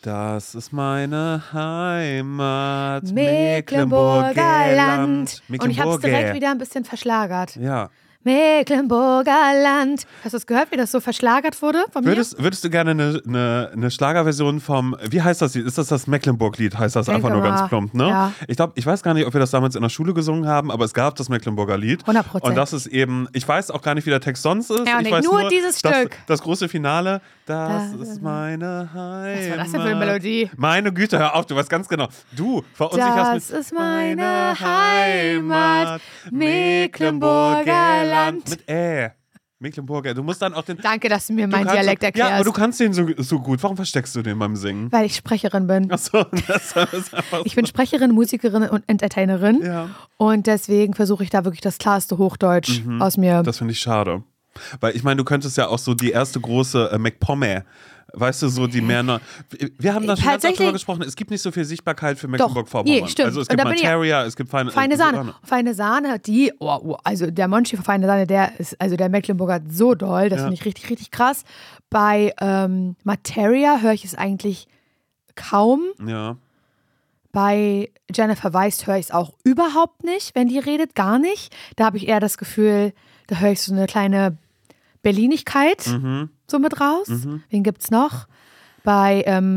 Das ist meine Heimat, Mecklenburger Land. Und ich habe es direkt Mecklenburger. wieder ein bisschen verschlagert. Ja. Mecklenburger Land. Hast du es gehört, wie das so verschlagert wurde von mir? Würdest du gerne eine Schlagerversion vom, wie heißt das Lied? Ist das Mecklenburg-Lied? Heißt das einfach nur mal. ganz plump, ne? Ja. Ich weiß gar nicht, ob wir das damals in der Schule gesungen haben, aber es gab das Mecklenburger Lied. 100%. Und das ist eben, ich weiß auch gar nicht, wie der Text sonst ist. Ja, ich nicht. weiß Nur dieses Stück. Das große Finale, das ist meine Heimat. Was war das denn für eine Melodie? Meine Güte, hör auf, du weißt ganz genau. Du verunsicherst mich. Das ist meine Heimat, Mecklenburger Land. Mit Mecklenburger. Du musst dann auch den. Danke, dass du mir meinen Dialekt erklärst. Ja, aber du kannst den so gut. Warum versteckst du den beim Singen? Weil ich Sprecherin bin. Achso, das ist einfach Ich bin Sprecherin, Musikerin und Entertainerin. Ja. Und deswegen versuche ich da wirklich das klarste Hochdeutsch aus mir. Das finde ich schade. Weil ich meine, du könntest ja auch so die erste große McPommer, weißt du, so die mehr noch. Wir haben da schon ganz oft drüber gesprochen, es gibt nicht so viel Sichtbarkeit für Mecklenburg-Vorpommern. Stimmt. Also es Und gibt da bin ich Materia, es gibt Feine Sahne. Feine Sahne, die, also der Monchi von Feine Sahne, der ist, also der Mecklenburger so doll, das finde ich richtig, richtig krass. Bei Materia höre ich es eigentlich kaum. Ja. Bei Jennifer Weiss höre ich es auch überhaupt nicht, wenn die redet, gar nicht. Da habe ich eher das Gefühl, da höre ich so eine kleine Berlinigkeit so mit raus. Wen gibt's noch? Bei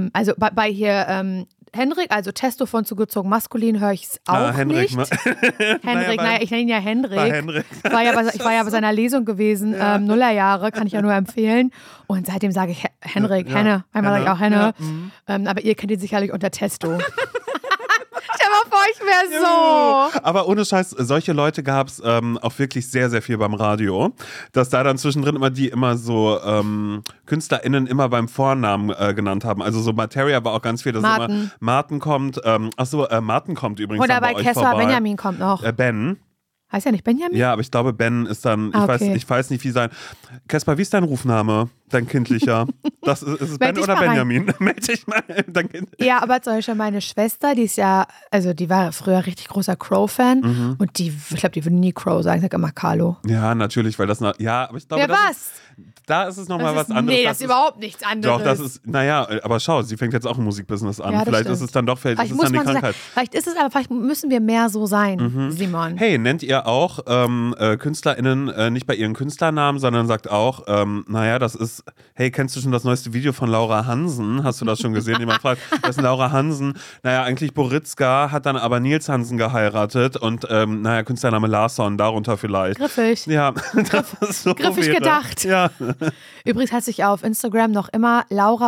hier Henrik, also Testo von Zugezogen Maskulin, höre ich es auch Henrik, nicht. Henrik, ich nenne ihn ja Henrik. Bei Henrik. Ich war ja bei seiner Lesung gewesen, Nullerjahre, kann ich ja nur empfehlen. Und seitdem sage ich Henrik, Henne. Einmal sage ich auch Henne. Ja. Aber ihr kennt ihn sicherlich unter Testo. Stell mal vor, ich wäre so. Aber ohne Scheiß, solche Leute gab es auch wirklich sehr, sehr viel beim Radio. Dass da dann zwischendrin immer so KünstlerInnen immer beim Vornamen genannt haben. Also so Materia war auch ganz viel, dass Martin. immer Martin kommt. Martin kommt übrigens Oder dann bei bei euch Kessler vorbei. Benjamin kommt noch. Ben. Heißt ja nicht Benjamin? Ja, aber ich glaube, Ben ist dann, Okay. ich weiß nicht, wie sein. Kaspar, wie ist dein Rufname? Dein kindlicher? Ist es Ben dich oder mal rein. Benjamin? Meld dich mal. Ja, aber zum Beispiel meine Schwester, die ist ja, also die war früher richtig großer Crow-Fan und ich glaube, die würde nie Crow sagen, ich sage immer Carlo. Ja, natürlich, weil das, ja, aber ich glaube, Ja, was? Da ist es nochmal was anderes. Nee, das ist überhaupt nichts anderes. Doch, das ist, naja, aber schau, sie fängt jetzt auch ein Musikbusiness an. Ja, das vielleicht stimmt. ist es dann doch, vielleicht ist es muss dann die man so Krankheit. sagen. Vielleicht müssen wir mehr so sein, Simon. Hey, nennt ihr auch KünstlerInnen nicht bei ihren Künstlernamen, sondern sagt auch, naja, das ist, hey, kennst du schon das neueste Video von Laura Hansen? Hast du das schon gesehen? Jemand fragt, das ist Laura Hansen. Naja, eigentlich Boritzka, hat dann aber Nils Hansen geheiratet und naja, Künstlername Larsson, darunter vielleicht. Griffig. Ja, das ist so Griffig wäre. gedacht. Ja. Übrigens heiße ich auf Instagram noch immer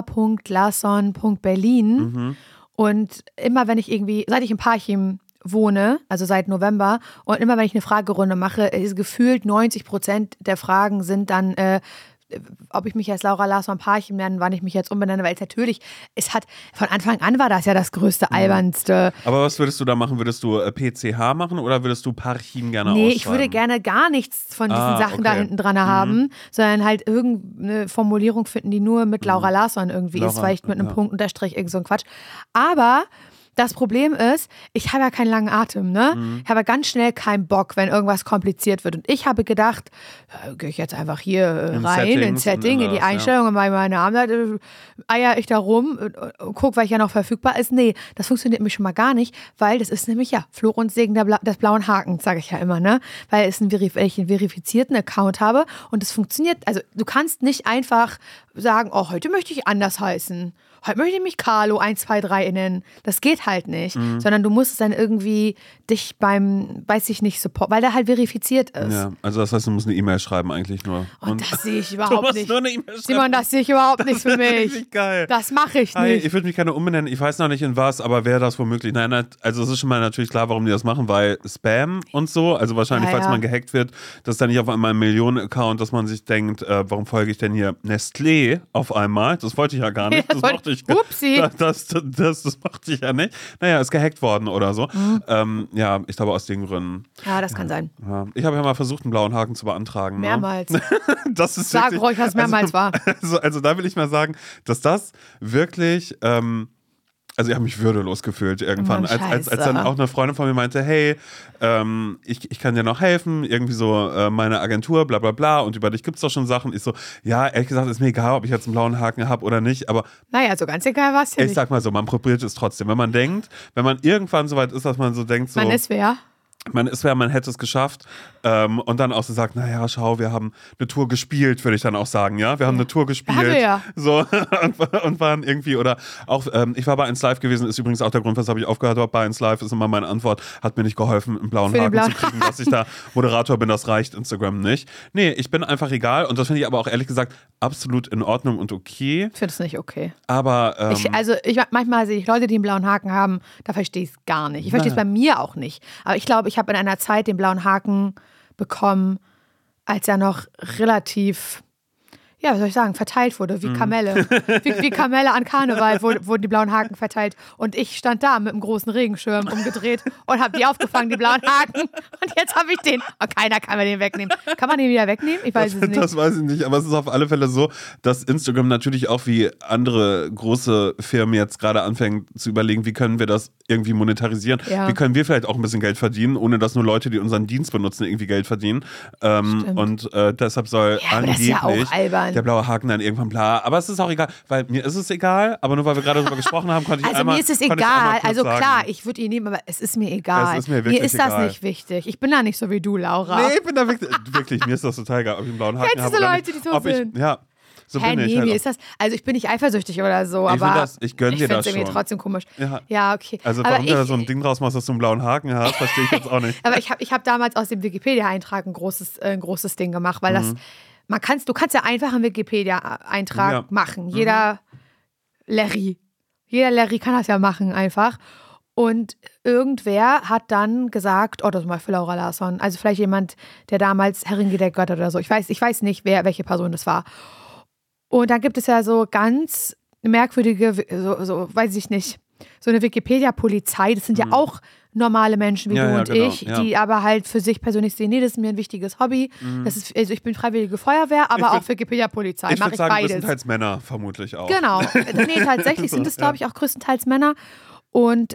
laura.larsson.berlin und immer wenn ich seit ich in Parchim wohne, also seit November, und immer wenn ich eine Fragerunde mache, ist gefühlt 90% der Fragen sind dann ob ich mich als Laura Larsson Parchim nenne, wann ich mich jetzt umbenenne, weil es natürlich, von Anfang an war das ja das größte, albernste. Aber was würdest du da machen? Würdest du PCH machen oder würdest du Parchim gerne Nee, ausschreiben? ich würde gerne gar nichts von diesen Sachen da okay. hinten dran haben, sondern halt irgendeine Formulierung finden, die nur mit Laura Larsson irgendwie ist, vielleicht mit einem Punkt, Unterstrich, irgend so ein Quatsch. Aber das Problem ist, ich habe ja keinen langen Atem, ne? Ich habe ganz schnell keinen Bock, wenn irgendwas kompliziert wird. Und ich habe gedacht, gehe ich jetzt einfach hier rein, ins Setting, in die Einstellungen, bei meiner Namenseite, eier ich da rum, guck, weil ich ja noch verfügbar ist. Nee, das funktioniert nämlich schon mal gar nicht, weil das ist nämlich Florenz Segen des blauen Hakens, sage ich ja immer, ne? Weil ich einen verifizierten Account habe und es funktioniert, also du kannst nicht einfach sagen, oh, heute möchte ich anders heißen. Heute möchte ich mich Carlo 123 nennen. Das geht halt nicht. Sondern du musst es dann irgendwie dich beim, weiß ich nicht, Support, weil der halt verifiziert ist. Ja, also das heißt, du musst eine E-Mail schreiben eigentlich nur. Und das sehe ich du überhaupt musst nicht. nur eine E-Mail schreiben. Simon, das sehe ich überhaupt nicht für mich. Richtig geil. Das mache ich Hey, nicht. ich würde mich gerne umbenennen. Ich weiß noch nicht in was, aber wäre das womöglich? Nein, also es ist schon mal natürlich klar, warum die das machen, weil Spam und so, also wahrscheinlich, falls man gehackt wird, dass dann nicht auf einmal ein Millionen-Account, dass man sich denkt, warum folge ich denn hier Nestlé auf einmal? Das wollte ich ja gar nicht. Das mochte ich. Upsi. Das mochte ich ja nicht. Naja, ist gehackt worden oder so. Ja, ich glaube aus den Gründen. Ja, das kann sein. Ja. Ich habe ja mal versucht, einen blauen Haken zu beantragen. Mehrmals. Ne? Das ist Sag wirklich, ruhig, was mehrmals war. Also da will ich mal sagen, dass das wirklich Also ich habe mich würdelos gefühlt irgendwann, als dann auch eine Freundin von mir meinte, hey, ich kann dir noch helfen, irgendwie so meine Agentur, bla bla bla, und über dich gibt es doch schon Sachen. Ich so, ja, ehrlich gesagt, ist mir egal, ob ich jetzt einen blauen Haken habe oder nicht, aber naja, so ganz egal war es ja nicht. Ich sag mal so, man probiert es trotzdem. Wenn man denkt, wenn man irgendwann so weit ist, dass man so denkt, so... Man ist wer? Man hätte es geschafft und dann auch so sagt, naja, schau, wir haben eine Tour gespielt, würde ich dann auch sagen, ja, wir haben eine Tour gespielt, haben wir ja. So und waren irgendwie, oder auch, ich war bei 1 Live gewesen, ist übrigens auch der Grund, weshalb ich aufgehört habe, bei 1 Live ist immer meine Antwort, hat mir nicht geholfen, einen blauen Haken zu kriegen, dass ich da Moderator bin, das reicht Instagram nicht. Nee, ich bin einfach egal und das finde ich aber auch ehrlich gesagt absolut in Ordnung und okay. Ich finde es nicht okay. Aber, manchmal sehe ich Leute, die einen blauen Haken haben, da verstehe ich es gar nicht. Ich verstehe es bei mir auch nicht, aber ich glaube, ich habe in einer Zeit den blauen Haken bekommen, als er noch relativ, ja, was soll ich sagen, verteilt wurde, wie Kamelle. Wie Kamelle an Karneval wurden die blauen Haken verteilt. Und ich stand da mit einem großen Regenschirm umgedreht und habe die aufgefangen, die blauen Haken. Und jetzt habe ich den. Oh, keiner kann mir den wegnehmen. Kann man den wieder wegnehmen? Ich weiß es nicht. Das weiß ich nicht, aber es ist auf alle Fälle so, dass Instagram natürlich auch wie andere große Firmen jetzt gerade anfangen zu überlegen, wie können wir das irgendwie monetarisieren. Ja. Wie können wir vielleicht auch ein bisschen Geld verdienen, ohne dass nur Leute, die unseren Dienst benutzen, irgendwie Geld verdienen. Und deshalb soll angeblich... Das ist ja auch albern. Der blaue Haken dann irgendwann bla. Aber es ist auch egal, weil mir ist es egal, aber nur weil wir gerade darüber gesprochen haben, konnte ich also einmal... Also mir ist es egal, also klar, ich würde ihn nehmen, aber es ist mir egal. Es ist mir wirklich ist egal. Das nicht wichtig. Ich bin da nicht so wie du, Laura. Nee, ich bin da wirklich, mir ist das total egal, ob ich einen blauen Haken habe oder Leute, nicht. Die so sind. So bin ich. Mir ist das, also ich bin nicht eifersüchtig oder so, aber ich gönne dir das schon. Ich finde es irgendwie trotzdem komisch. Ja, okay. Also warum du da so ein Ding draus machst, dass du einen blauen Haken hast, verstehe ich jetzt auch nicht. Aber ich hab damals aus dem Wikipedia-Eintrag ein großes Ding gemacht, weil das... Du kannst ja einfach einen Wikipedia-Eintrag machen. Jeder Larry kann das ja machen einfach. Und irgendwer hat dann gesagt, oh, das ist mal für Laura Larsson. Also vielleicht jemand, der damals Herrin gedeckt hat oder so. Ich weiß nicht, welche Person das war. Und dann gibt es ja so ganz merkwürdige, so weiß ich nicht, so eine Wikipedia-Polizei. Das sind ja auch normale Menschen wie du und ich, die aber halt für sich persönlich sehen, nee, das ist mir ein wichtiges Hobby. Das ist, also ich bin freiwillige Feuerwehr, aber auch Wikipedia-Polizei. Ich würde sagen, beides. Größtenteils Männer vermutlich auch. Genau. Nee, tatsächlich sind es, glaube ich, auch größtenteils Männer. Und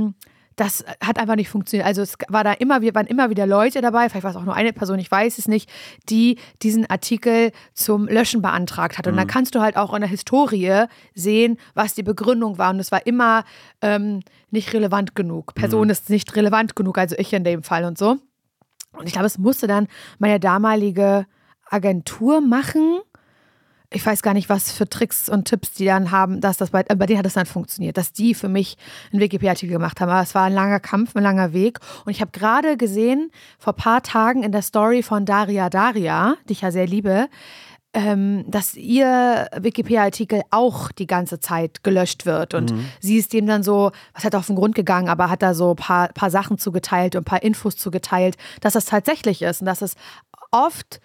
das hat einfach nicht funktioniert. Also es waren immer wieder Leute dabei, vielleicht war es auch nur eine Person, ich weiß es nicht, die diesen Artikel zum Löschen beantragt hat. Und dann kannst du halt auch in der Historie sehen, was die Begründung war. Und es war immer nicht relevant genug. Person ist nicht relevant genug, also ich in dem Fall und so. Und ich glaube, es musste dann meine damalige Agentur machen. Ich weiß gar nicht, was für Tricks und Tipps die dann haben, dass das bei denen hat das dann funktioniert, dass die für mich einen Wikipedia-Artikel gemacht haben. Aber es war ein langer Kampf, ein langer Weg. Und ich habe gerade gesehen, vor ein paar Tagen in der Story von Daria, die ich ja sehr liebe, dass ihr Wikipedia-Artikel auch die ganze Zeit gelöscht wird. Und sie ist dem dann so, was hat auf den Grund gegangen, aber hat da so ein paar Sachen zugeteilt und ein paar Infos zugeteilt, dass das tatsächlich ist und dass es oft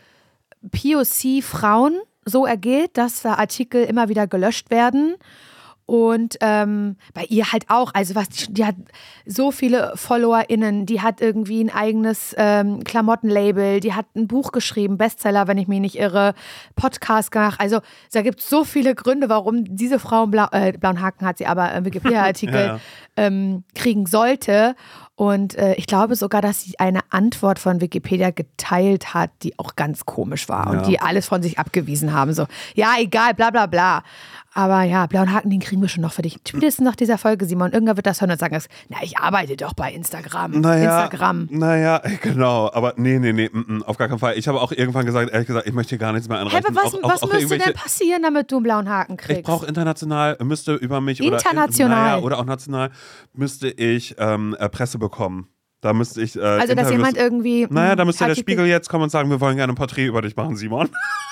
POC-Frauen so ergeht, dass da Artikel immer wieder gelöscht werden. Und bei ihr halt auch, also die hat so viele FollowerInnen, die hat irgendwie ein eigenes Klamottenlabel, die hat ein Buch geschrieben, Bestseller, wenn ich mich nicht irre, Podcast gemacht. Also da gibt es so viele Gründe, warum diese Frau einen blauen Haken hat, sie aber einen Wikipedia-Artikel kriegen sollte. Und ich glaube sogar, dass sie eine Antwort von Wikipedia geteilt hat, die auch ganz komisch war und die alles von sich abgewiesen haben. So, ja, egal, bla bla bla. Aber ja, blauen Haken, den kriegen wir schon noch für dich. Spätestens nach dieser Folge, Simon. Irgendwer wird das hören und sagen, na, ich arbeite doch bei Instagram. Naja, genau. Aber nee, auf gar keinen Fall. Ich habe auch irgendwann gesagt, ehrlich gesagt, ich möchte hier gar nichts mehr anreichen. Aber was müsste denn passieren, damit du einen blauen Haken kriegst? Ich brauche international, müsste über mich oder auch national, müsste ich Presse bekommen. Da müsste ich also, dass jemand irgendwie... Naja, da müsste der Spiegel jetzt kommen und sagen, wir wollen gerne ein Porträt über dich machen, Simon.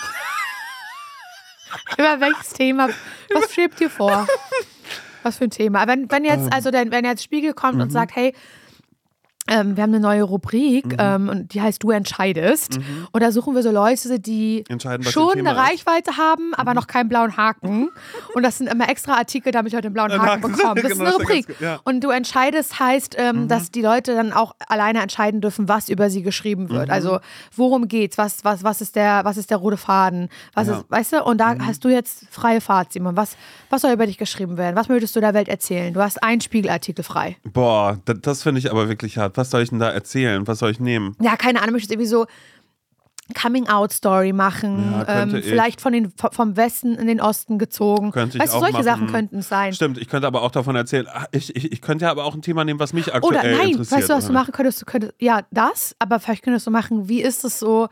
Über welches Thema? Was schwebt dir vor? Was für ein Thema? Wenn jetzt Spiegel kommt und sagt, hey, wir haben eine neue Rubrik und die heißt Du entscheidest. Und da suchen wir so Leute, die schon eine Reichweite haben, aber noch keinen blauen Haken. Und das sind immer extra Artikel, damit Leute den blauen Haken bekommen. Das ist eine Rubrik. Und Du entscheidest heißt, dass die Leute dann auch alleine entscheiden dürfen, was über sie geschrieben wird. Also worum geht's? Was ist der rote Faden? Was ist, weißt du? Und da hast du jetzt freie Fahrt, Simon. Was soll über dich geschrieben werden? Was möchtest du der Welt erzählen? Du hast einen Spiegelartikel frei. Boah, das finde ich aber wirklich hart. Was soll ich denn da erzählen? Was soll ich nehmen? Ja, keine Ahnung, ich möchte irgendwie so Coming-out-Story machen. Ja, vielleicht vom Westen in den Osten gezogen. Könnte ich weißt du, solche machen. Sachen könnten es sein. Stimmt, ich könnte aber auch davon erzählen, ich könnte ja aber auch ein Thema nehmen, was mich aktuell interessiert. Weißt du, was du machen könntest? Ja, das, aber vielleicht könntest du machen, wie ist es so,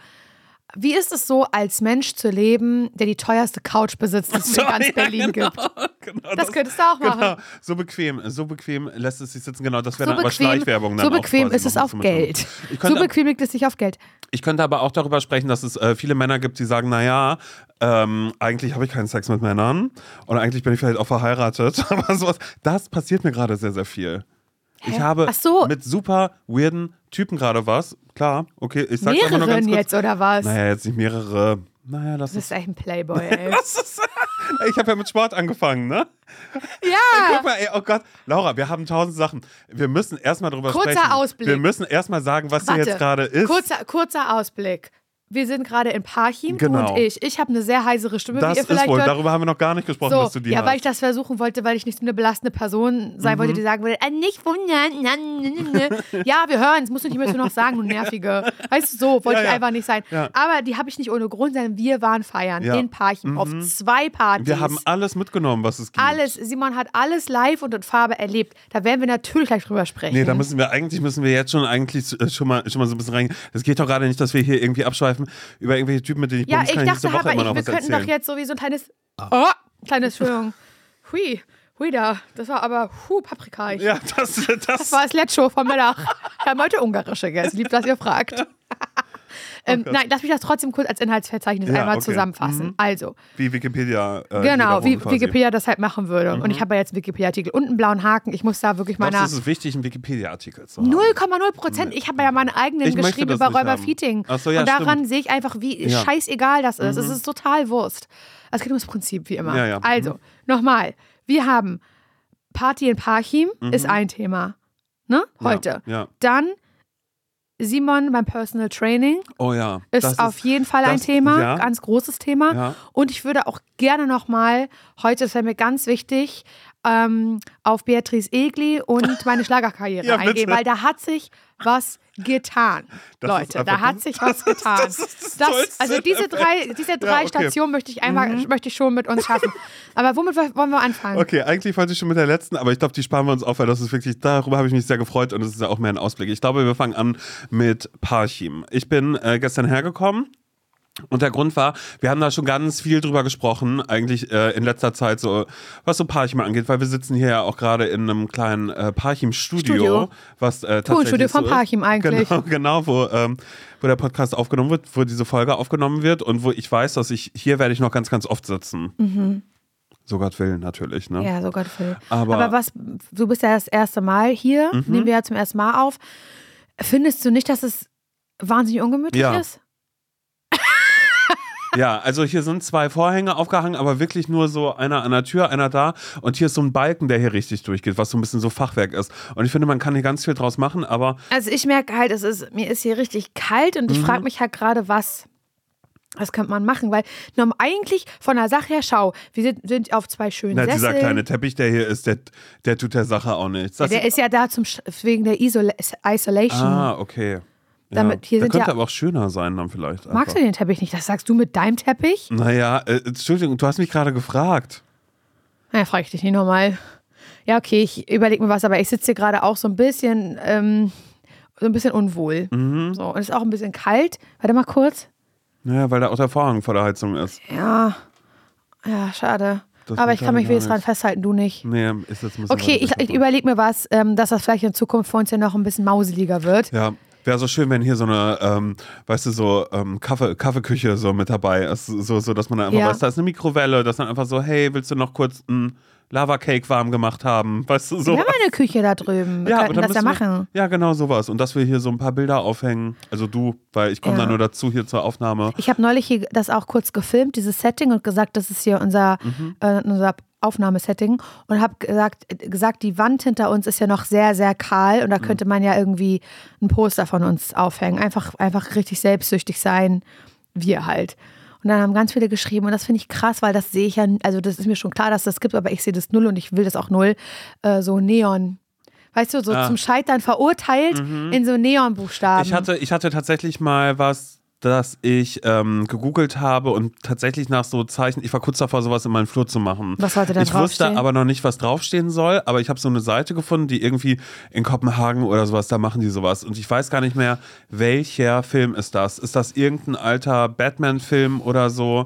als Mensch zu leben, der die teuerste Couch besitzt, die es in ganz Berlin gibt? Genau, das könntest du auch machen. Genau. So bequem lässt es sich sitzen. Genau, das wäre dann aber Schleichwerbung. So bequem ist es auf Geld. So bequem liegt es sich auf Geld. Ich könnte aber auch darüber sprechen, dass es viele Männer gibt, die sagen, naja, eigentlich habe ich keinen Sex mit Männern und eigentlich bin ich vielleicht auch verheiratet. Aber sowas, das passiert mir gerade sehr, sehr viel. Hä? Ich habe mit super weirden Typen gerade was. Klar, okay, ich sag's aber nur ganz kurz. Jetzt oder was? Naja, jetzt nicht mehrere. Naja, das ist echt ein Playboy, ey. Ich habe ja mit Sport angefangen, ne? Ja. Guck mal, ey, oh Gott. Laura, wir haben 1000 Sachen. Wir müssen erstmal drüber sprechen. Kurzer Ausblick. Wir müssen erstmal sagen, was hier jetzt gerade ist. Kurzer Ausblick. Wir sind gerade in Parchim, du und ich. Ich habe eine sehr heisere Stimme, das wie ihr vielleicht ist wohl. hört. Darüber haben wir noch gar nicht gesprochen, dass du die hast. Ja, weil ich das versuchen wollte, weil ich nicht so eine belastende Person sein wollte, die sagen würde, nicht wundern. Ja, wir hören es, musst du nicht mehr so noch sagen, du Nervige. Weißt du, so wollte ich einfach nicht sein. Ja. Aber die habe ich nicht ohne Grund, sondern wir waren feiern in Parchim auf 2 Partys. Wir haben alles mitgenommen, was es gibt. Alles. Simon hat alles live und in Farbe erlebt. Da werden wir natürlich gleich drüber sprechen. Nee, da müssen wir jetzt schon mal so ein bisschen rein. Es geht doch gerade nicht, dass wir hier irgendwie abschweifen über irgendwelche Typen, mit denen ich ja, ich dachte aber, wir könnten doch jetzt sowieso ein Entschuldigung. Hui da, das war aber Paprika. Ja, das war das Letscho vom Mittag. Wir haben heute ungarische Gäste, lieb, dass ihr fragt. Nein, lass mich das trotzdem kurz als Inhaltsverzeichnis einmal zusammenfassen. Also. Wie Wikipedia. Genau, wie Wikipedia das halt machen würde. Und ich habe ja jetzt einen Wikipedia-Artikel und einen blauen Haken. Ich muss da wirklich Das ist wichtig, einen Wikipedia-Artikel zu haben. 0,0%. Ich habe ja meine eigenen geschrieben über Räuber-Feating. So, ja, und daran sehe ich einfach, wie scheißegal das ist. Es ist total Wurst. Es geht ums Prinzip, wie immer. Ja. Also, nochmal. Wir haben Party in Parchim ist ein Thema. Ne? Heute. Ja. Dann Simon beim Personal Training. Oh ja. Ist auf jeden Fall ein Thema, ganz großes Thema. Ja. Und ich würde auch gerne nochmal, heute ist mir ganz wichtig, auf Beatrice Egli und meine Schlagerkarriere eingehen, weil da hat sich was getan. Leute, da hat sich was getan. Also diese drei Stationen möchte ich schon mit uns schaffen. Aber womit wollen wir anfangen? Okay, eigentlich wollte ich schon mit der letzten, aber ich glaube, die sparen wir uns auf, weil das ist wirklich, darüber habe ich mich sehr gefreut und es ist ja auch mehr ein Ausblick. Ich glaube, wir fangen an mit Parchim. Ich bin gestern hergekommen. Und der Grund war, wir haben da schon ganz viel drüber gesprochen, eigentlich in letzter Zeit, so was so Parchim angeht, weil wir sitzen hier ja auch gerade in einem kleinen Parchim-Studio, was tatsächlich Studio von Parchim eigentlich. Genau, wo der Podcast aufgenommen wird, wo diese Folge aufgenommen wird und wo ich weiß, dass hier werde ich noch ganz, ganz oft sitzen. Mhm. So Gott will, natürlich. Ne? Ja, so Gott will. Aber du bist ja das erste Mal hier, nehmen wir ja zum ersten Mal auf. Findest du nicht, dass es wahnsinnig ungemütlich ist? Ja, also hier sind 2 Vorhänge aufgehangen, aber wirklich nur so einer an der Tür, einer da. Und hier ist so ein Balken, der hier richtig durchgeht, was so ein bisschen so Fachwerk ist. Und ich finde, man kann hier ganz viel draus machen, aber... Also ich merke halt, mir ist hier richtig kalt und ich frage mich halt gerade, was könnte man machen? Weil eigentlich von der Sache her, schau, wir sind auf 2 schönen Sesseln. Dieser kleine Teppich, der hier ist, der tut der Sache auch nichts. Der ist ja da wegen der Isolation. Ah, okay. Damit, hier der könnte aber auch schöner sein dann vielleicht. Einfach. Magst du den Teppich nicht? Das sagst du mit deinem Teppich? Naja, Entschuldigung, du hast mich gerade gefragt. Na, frage ich dich nicht nochmal. Ja, okay, ich überlege mir was, aber ich sitze hier gerade auch so ein bisschen unwohl. Mhm. So, und es ist auch ein bisschen kalt. Warte mal kurz. Ja, weil da auch der Vorhang vor der Heizung ist. Ja, schade. Aber ich kann mich wenigstens dran festhalten, du nicht. Nee, ist jetzt ein bisschen. Okay, ich überlege mir was, dass das vielleicht in Zukunft für uns ja noch ein bisschen mauseliger wird. Ja. Wäre so schön, wenn hier so eine, Kaffeeküche so mit dabei ist, so dass man da einfach weiß, da ist eine Mikrowelle, dass dann einfach so, hey, willst du noch kurz ein Lava-Cake warm gemacht haben, weißt du, so. Wir haben eine Küche da drüben, wir könnten das ja machen. Ja, genau sowas. Und dass wir hier so ein paar Bilder aufhängen, also du, weil ich komme da nur dazu hier zur Aufnahme. Ich habe neulich hier das auch kurz gefilmt, dieses Setting und gesagt, das ist hier unser Aufnahmesetting und habe gesagt, die Wand hinter uns ist ja noch sehr, sehr kahl und da könnte man ja irgendwie ein Poster von uns aufhängen. Einfach richtig selbstsüchtig sein, wir halt. Und dann haben ganz viele geschrieben und das finde ich krass, weil das sehe ich ja, also das ist mir schon klar, dass das gibt, aber ich sehe das null und ich will das auch null, so Neon. Weißt du, so zum Scheitern verurteilt in so Neonbuchstaben. Ich hatte tatsächlich mal was, dass ich gegoogelt habe und tatsächlich nach so Zeichen, ich war kurz davor, sowas in meinen Flur zu machen. Was sollte da draufstehen? Ich wusste aber noch nicht, was draufstehen soll, aber ich habe so eine Seite gefunden, die irgendwie in Kopenhagen oder sowas, da machen die sowas. Und ich weiß gar nicht mehr, welcher Film ist das? Ist das irgendein alter Batman-Film oder so,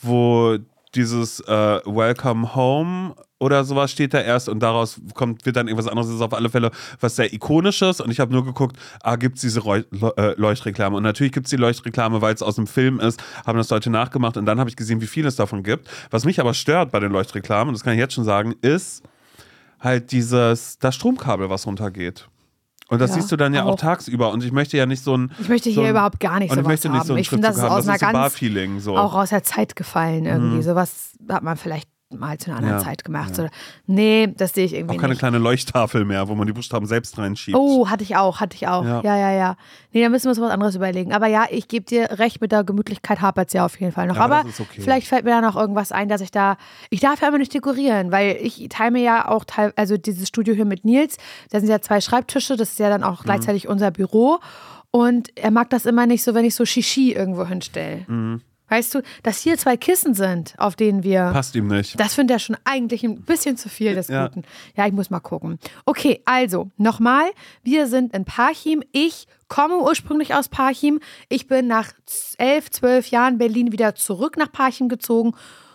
wo dieses Welcome Home oder sowas steht da erst und daraus wird dann irgendwas anderes. Das ist auf alle Fälle was sehr Ikonisches und ich habe nur geguckt, gibt es diese Leuchtreklame und natürlich gibt es die Leuchtreklame, weil es aus dem Film ist, haben das Leute nachgemacht und dann habe ich gesehen, wie viel es davon gibt. Was mich aber stört bei den Leuchtreklamen, und das kann ich jetzt schon sagen, ist halt das Stromkabel, was runtergeht. Und das siehst du dann ja auch tagsüber. Und ich möchte ja nicht so ein... Ich möchte hier überhaupt gar nicht sowas haben. Ich möchte nicht so ein Schriftzug haben. Das ist so Bar-Feeling. So. Auch aus der Zeit gefallen irgendwie. Sowas hat man vielleicht mal zu einer anderen Zeit gemacht. Ja. Nee, das sehe ich irgendwie nicht. Auch keine kleine Leuchttafel mehr, wo man die Buchstaben selbst reinschiebt. Oh, hatte ich auch. Ja. Nee, da müssen wir uns was anderes überlegen. Aber ja, ich gebe dir recht, mit der Gemütlichkeit hapert es ja auf jeden Fall noch. Ja, aber okay. Vielleicht fällt mir da noch irgendwas ein, dass ich darf ja immer nicht dekorieren, weil ich teile mir ja auch, also dieses Studio hier mit Nils, da sind ja 2 Schreibtische, das ist ja dann auch gleichzeitig unser Büro und er mag das immer nicht so, wenn ich so Shishi irgendwo hinstelle. Weißt du, dass hier 2 Kissen sind, auf denen wir... Passt ihm nicht. Das findet er schon eigentlich ein bisschen zu viel des Guten. Ja, ich muss mal gucken. Okay, also, nochmal. Wir sind in Parchim. Ich komme ursprünglich aus Parchim. Ich bin nach 11, 12 Jahren Berlin wieder zurück nach Parchim gezogen.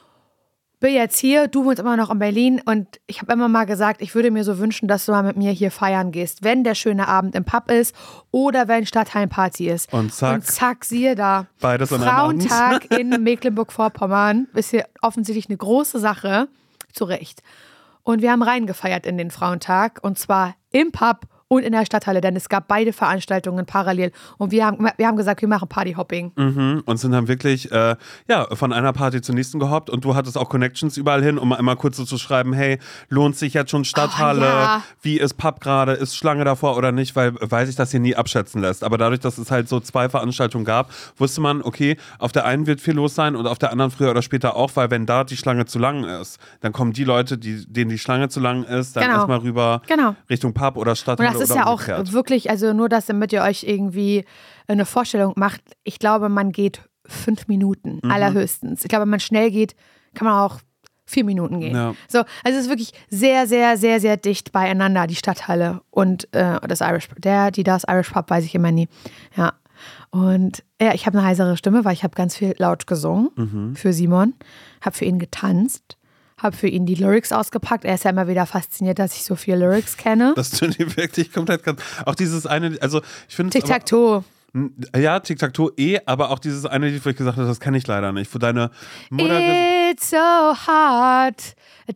Bin jetzt hier, du wohnst immer noch in Berlin und ich habe immer mal gesagt, ich würde mir so wünschen, dass du mal mit mir hier feiern gehst, wenn der schöne Abend im Pub ist oder wenn Stadthallenparty ist. Und zack, siehe da. Beides an einem Abend. Frauentag in Mecklenburg-Vorpommern ist hier offensichtlich eine große Sache, zu Recht. Und wir haben reingefeiert in den Frauentag und zwar im Pub und in der Stadthalle, denn es gab beide Veranstaltungen parallel. Und wir haben gesagt, wir machen Partyhopping. Und sind dann wirklich von einer Party zur nächsten gehoppt. Und du hattest auch Connections überall hin, um einmal kurz so zu schreiben, hey, lohnt sich jetzt schon Stadthalle? Wie ist Pub gerade? Ist Schlange davor oder nicht? Weil sich das hier nie abschätzen lässt. Aber dadurch, dass es halt so 2 Veranstaltungen gab, wusste man, okay, auf der einen wird viel los sein und auf der anderen früher oder später auch, weil wenn da die Schlange zu lang ist, dann kommen die Leute, denen die Schlange zu lang ist, dann erstmal rüber Richtung Pub oder Stadthalle. Das ist ja auch wirklich, also nur, dass damit ihr euch irgendwie eine Vorstellung macht. Ich glaube, man geht 5 Minuten allerhöchstens. Ich glaube, wenn man schnell geht, kann man auch 4 Minuten gehen. Ja. So, also es ist wirklich sehr, sehr, sehr, sehr dicht beieinander, die Stadthalle und das Irish Pub, weiß ich immer nie. Ja. Und ich habe eine heisere Stimme, weil ich habe ganz viel laut gesungen für Simon, habe für ihn getanzt. Habe für ihn die Lyrics ausgepackt. Er ist ja immer wieder fasziniert, dass ich so viele Lyrics kenne. Das tun die wirklich komplett. Auch dieses eine, also ich finde Tic-Tac-Toe. Ja, Tic-Tac-Toe aber auch dieses eine Lied, wo ich gesagt habe, das kann ich leider nicht. Wo deine Mutter It's so hard. Ich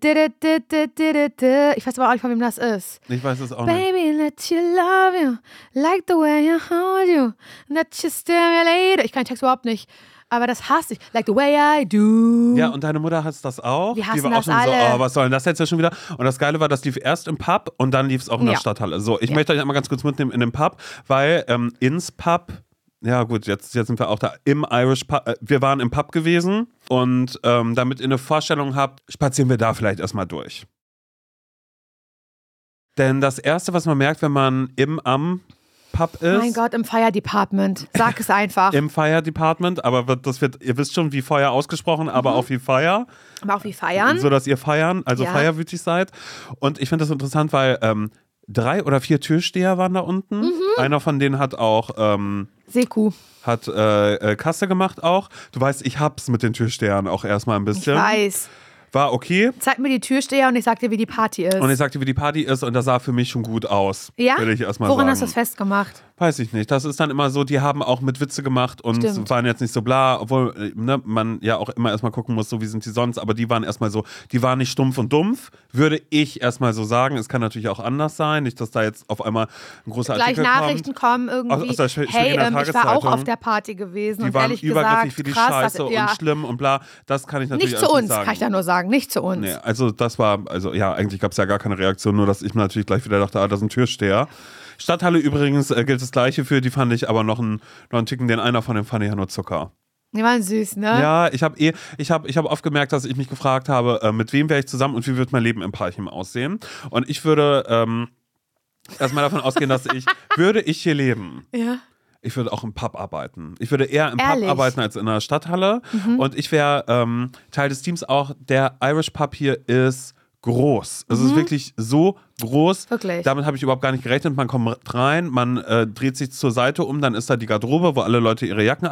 weiß aber auch nicht, von wem das ist. Ich weiß es auch nicht. Baby, let you love you. Like the way I hold you. Let you stimulate. Ich kann den Text überhaupt nicht. Aber das hasse ich. Like the way I do. Ja, und deine Mutter hasst das auch. Die hassen die war das auch schon alle. so, was soll denn das jetzt schon wieder? Und das Geile war, das lief erst im Pub und dann lief es auch in der Stadthalle. So, ich möchte euch einmal ganz kurz mitnehmen in den Pub, weil ins Pub, ja gut, jetzt sind wir auch da im Irish Pub. Wir waren im Pub gewesen und damit ihr eine Vorstellung habt, spazieren wir da vielleicht erstmal durch. Denn das Erste, was man merkt, wenn man am Pub ist. Mein Gott, im Fire Department. Sag es einfach. Im Fire Department, aber ihr wisst schon, wie Feuer ausgesprochen, aber auch wie Feier. Aber auch wie feiern. So, dass ihr feierwütig seid. Und ich finde das interessant, weil 3 oder 4 Türsteher waren da unten. Einer von denen hat auch Seku. Hat Kasse gemacht auch. Du weißt, ich hab's mit den Türstehern auch erstmal ein bisschen. Ich weiß. War okay. Zeig mir die Türsteher und ich sag dir, wie die Party ist. Und ich sagte, wie die Party ist und das sah für mich schon gut aus. Ja? Würde ich erstmal Woran sagen. hast du das festgemacht? weiß ich nicht. Das ist dann immer so, die haben auch mit Witze gemacht und waren jetzt nicht so bla, obwohl man ja auch immer erstmal gucken muss, so wie sind die sonst, aber die waren erstmal so, die waren nicht stumpf und dumpf, würde ich erstmal so sagen. Es kann natürlich auch anders sein, nicht, dass da jetzt auf einmal ein großer Artikel gleich Nachrichten kommen irgendwie, aus der hey, ich war auch auf der Party gewesen die und waren ehrlich übergriffig gesagt, wie die krass, Scheiße und schlimm und bla, das kann ich natürlich nicht zu uns, sagen. kann ich da nur sagen, nicht zu uns. Nee, also das war, eigentlich gab es ja gar keine Reaktion, nur dass ich mir natürlich gleich wieder dachte, da ist ein Türsteher. Stadthalle übrigens gilt das Gleiche für, die fand ich aber noch einen Ticken, den einer von dem fand ich ja nur Zucker. Die waren süß, ne? Ja, ich hab oft gemerkt, dass ich mich gefragt habe, mit wem wäre ich zusammen und wie wird mein Leben im Parchim aussehen? Und ich würde erstmal davon ausgehen, dass würde ich hier leben. Ja. Ich würde auch im Pub arbeiten. Ich würde eher im Pub arbeiten als in der Stadthalle. Und ich wäre Teil des Teams auch. Der Irish Pub hier ist groß. Es ist wirklich so groß. Wirklich. Damit habe ich überhaupt gar nicht gerechnet. Man kommt rein, man dreht sich zur Seite um, dann ist da die Garderobe, wo alle Leute ihre Jacken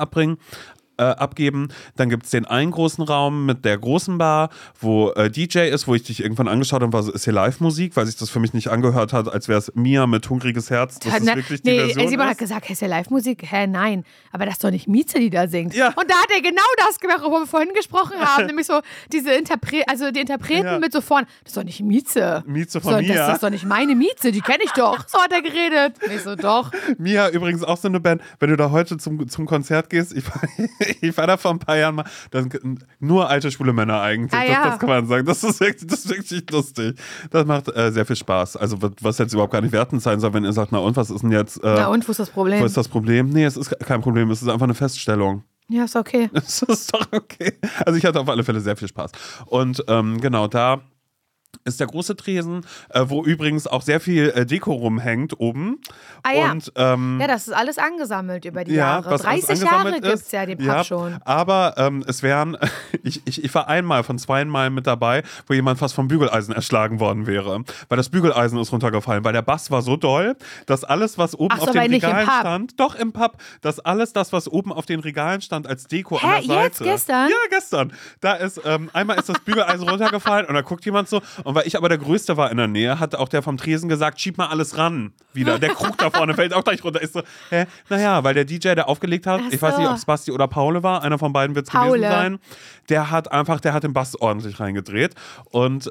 abgeben. Dann gibt es den einen großen Raum mit der großen Bar, wo DJ ist, wo ich dich irgendwann angeschaut habe, war so, ist hier Live-Musik, weil sich das für mich nicht angehört hat, als wäre es Mia mit Hungriges Herz. Das ist wirklich die Version. Simon hat gesagt, ist ja Live-Musik? Hä, nein. Aber das ist doch nicht Mieze, die da singt. Ja. Und da hat er genau das gemacht, worüber wir vorhin gesprochen haben, nämlich so die Interpreten mit so vorne, das ist doch nicht Mieze. Mieze von Mia. Das ist doch nicht meine Mieze, die kenne ich doch. So hat er geredet. Ich so, doch. Mia übrigens auch so eine Band, wenn du da heute zum Konzert gehst, ich war da vor ein paar Jahren mal, nur alte schwule Männer eigentlich, das kann man sagen. Das ist wirklich lustig. Das macht sehr viel Spaß. Also was jetzt überhaupt gar nicht wertend sein soll, wenn ihr sagt, na und, was ist denn jetzt? Na und, wo ist das Problem? Wo ist das Problem? Nee, es ist kein Problem, es ist einfach eine Feststellung. Ja, ist okay. Es ist doch okay. Also ich hatte auf alle Fälle sehr viel Spaß. Und genau, da ist der große Tresen, wo übrigens auch sehr viel Deko rumhängt oben. Ja. Und, ja, das ist alles angesammelt über die Jahre. 30 Jahre gibt es ja den Pub schon. Aber es wären, ich war einmal von 2 Mal mit dabei, wo jemand fast vom Bügeleisen erschlagen worden wäre. Weil das Bügeleisen ist runtergefallen, weil der Bass war so doll, dass alles, was oben auf den Regalen stand, doch im Pub, dass alles das, was oben auf den Regalen stand, als Deko an der Seite. Jetzt gestern? Ja, gestern. Da ist, einmal ist das Bügeleisen runtergefallen und da guckt jemand so, und weil ich aber der Größte war in der Nähe, hat auch der vom Tresen gesagt, schieb mal alles ran. Wieder. Der Krug da vorne fällt auch gleich runter. Ist so, naja, weil der DJ, der aufgelegt hat, ich weiß nicht, ob es Basti oder Paul war, einer von beiden wird es gewesen sein, der hat den Bass ordentlich reingedreht. Und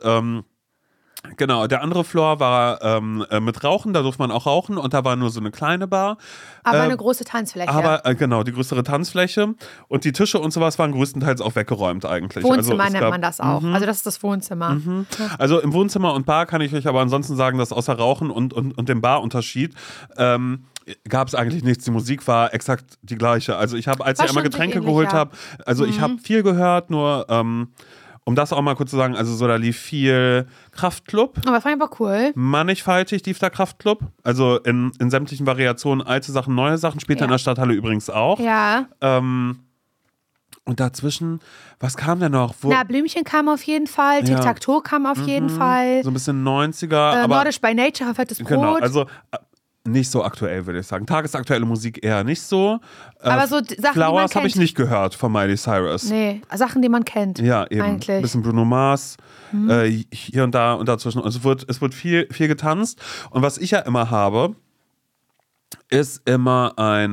genau, der andere Floor war mit Rauchen, da durfte man auch rauchen und da war nur so eine kleine Bar. Aber eine große Tanzfläche. Aber genau, die größere Tanzfläche und die Tische und sowas waren größtenteils auch weggeräumt eigentlich. Wohnzimmer nennt man das auch. Also das ist das Wohnzimmer. Also im Wohnzimmer und Bar kann ich euch aber ansonsten sagen, dass außer Rauchen und dem Barunterschied gab es eigentlich nichts. Die Musik war exakt die gleiche. Also ich habe, als ich einmal Getränke geholt habe, also ich habe viel gehört, nur um das auch mal kurz zu sagen, also so, da lief viel Kraftklub. Aber fand ich aber cool. Mannigfaltig lief da Kraftklub. Also in sämtlichen Variationen, alte Sachen, neue Sachen. Später in der Stadthalle übrigens auch. Ja. Und dazwischen, was kam denn noch? Blümchen kam auf jeden Fall, Tic-Tac-Toe kam auf jeden Fall. So ein bisschen 90er. Aber Nordisch by Nature, fettes Brot. Genau, also nicht so aktuell, würde ich sagen. Tagesaktuelle Musik eher nicht so. Aber so Sachen, die man Flowers habe ich nicht gehört von Miley Cyrus. Nee, Sachen, die man kennt. Ja, eben. Eigentlich. Ein bisschen Bruno Mars, hier und da und dazwischen. Also es wird viel getanzt. Und was ich ja immer habe, ist immer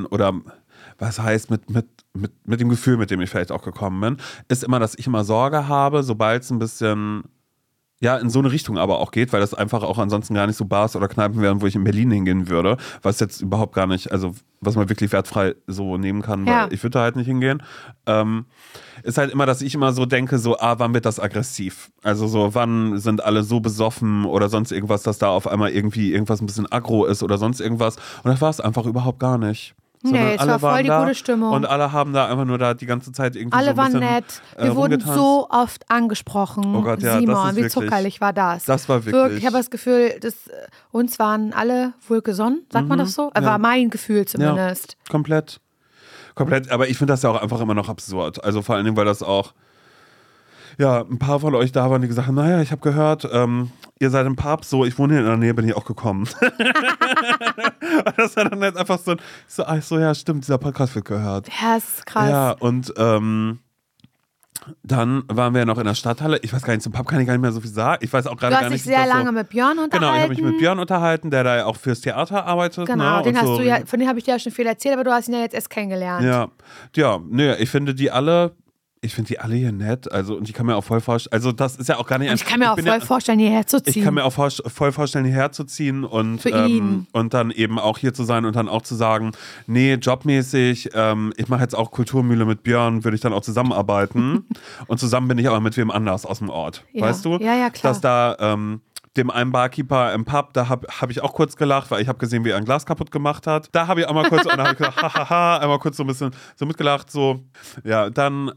was heißt mit dem Gefühl, mit dem ich vielleicht auch gekommen bin, ist immer, dass ich immer Sorge habe, sobald es ein bisschen in so eine Richtung aber auch geht, weil das einfach auch ansonsten gar nicht so Bars oder Kneipen wären, wo ich in Berlin hingehen würde, was jetzt überhaupt gar nicht, also was man wirklich wertfrei so nehmen kann, weil ich würde da halt nicht hingehen. Ist halt immer, dass ich immer so denke, so, wann wird das aggressiv? Also so, wann sind alle so besoffen oder sonst irgendwas, dass da auf einmal irgendwie irgendwas ein bisschen aggro ist oder sonst irgendwas. Und das war es einfach überhaupt gar nicht. Nee, es war voll die gute Stimmung. Und alle haben da einfach nur da die ganze Zeit irgendwie alle so ein bisschen waren nett. Wir wurden so oft angesprochen. Oh Gott, ja, Simon, wie wirklich, zuckerlich war das? Das war wirklich. Ich habe das Gefühl, uns waren alle wohlgesonnen, sagt man das so? War mein Gefühl zumindest. Ja, komplett. Aber ich finde das ja auch einfach immer noch absurd. Also vor allen Dingen, weil das auch ein paar von euch da waren, die gesagt haben, naja, ich habe gehört, ihr seid im Pub, so, ich wohne hier in der Nähe, bin ich auch gekommen. Das war dann halt einfach so, ja, stimmt, dieser Podcast wird gehört. Ja, das ist krass. Ja, und Dann waren wir ja noch in der Stadthalle. Ich weiß gar nicht, zum Pub kann ich gar nicht mehr so viel sagen. Ich weiß auch gerade gar nicht. Du hast dich sehr lange mit Björn unterhalten. Genau, ich habe mich mit Björn unterhalten, der da ja auch fürs Theater arbeitet. Genau, ne? Von dem habe ich dir ja schon viel erzählt, aber du hast ihn ja jetzt erst kennengelernt. Ja, ich finde die alle hier nett, also und ich kann mir auch voll vorstellen, also das ist ja auch gar nicht... Ich kann mir auch voll vorstellen, hierher zu ziehen. Ich kann mir auch voll vorstellen, hierher zu ziehen und dann eben auch hier zu sein und dann auch zu sagen, nee, jobmäßig, ich mache jetzt auch Kulturmühle mit Björn, würde ich dann auch zusammenarbeiten und zusammen bin ich aber mit wem anders aus dem Ort, weißt du? Ja, klar. Dass da... dem einen Barkeeper im Pub, da hab ich auch kurz gelacht, weil ich habe gesehen, wie er ein Glas kaputt gemacht hat. Da habe ich auch mal kurz, und dann habe ich gesagt, hahaha, einmal kurz so ein bisschen so mitgelacht, so. Ja, dann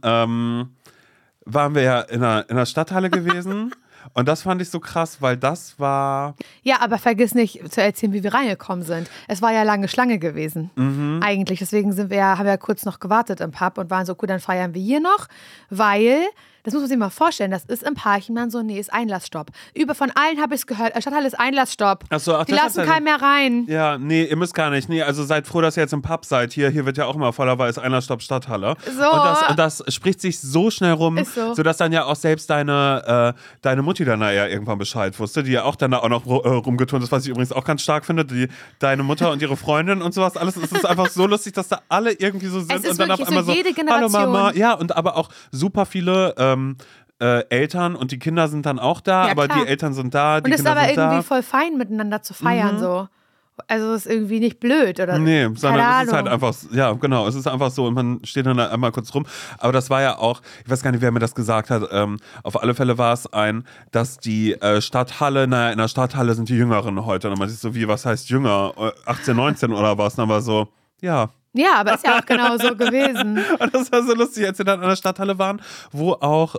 waren wir ja in einer Stadthalle gewesen und das fand ich so krass, weil das war... Ja, aber vergiss nicht zu erzählen, wie wir reingekommen sind. Es war ja lange Schlange gewesen, eigentlich. Deswegen haben wir kurz noch gewartet im Pub und waren so, gut, dann feiern wir hier noch, weil... Das muss man sich mal vorstellen, das ist im Parchim dann so, nee, ist Einlassstopp. Von allen habe ich es gehört, Stadthalle ist Einlassstopp. Die lassen keinen mehr rein. Ja, nee, ihr müsst gar nicht. Nee, also seid froh, dass ihr jetzt im Pub seid. Hier wird ja auch immer voller, weil es Einlassstopp Stadthalle. So. Und das spricht sich so schnell rum, sodass dann ja auch selbst deine Mutti dann ja irgendwann Bescheid wusste, die ja auch dann da auch noch rumgeturnt ist, was ich übrigens auch ganz stark finde, deine Mutter und ihre Freundin und sowas, alles. Es ist einfach so lustig, dass da alle irgendwie so sind. Es ist und dann auf einmal so jede Generation. Hallo Mama. Ja, und aber auch super viele Eltern und die Kinder sind dann auch da, aber die Eltern sind da, die Kinder sind da. Und es ist aber irgendwie voll fein, miteinander zu feiern, so. Also es ist irgendwie nicht blöd, oder? Nee, sondern es ist halt einfach, ja, genau, es ist einfach so und man steht dann einmal kurz rum. Aber das war ja auch, ich weiß gar nicht, wer mir das gesagt hat, auf alle Fälle war es dass die Stadthalle, in der Stadthalle sind die Jüngeren heute. Und man sieht so, was heißt jünger? 18, 19 oder was? Und dann war so, ja. Ja, aber ist ja auch genau so gewesen. Und das war so lustig, als wir dann an der Stadthalle waren, wo auch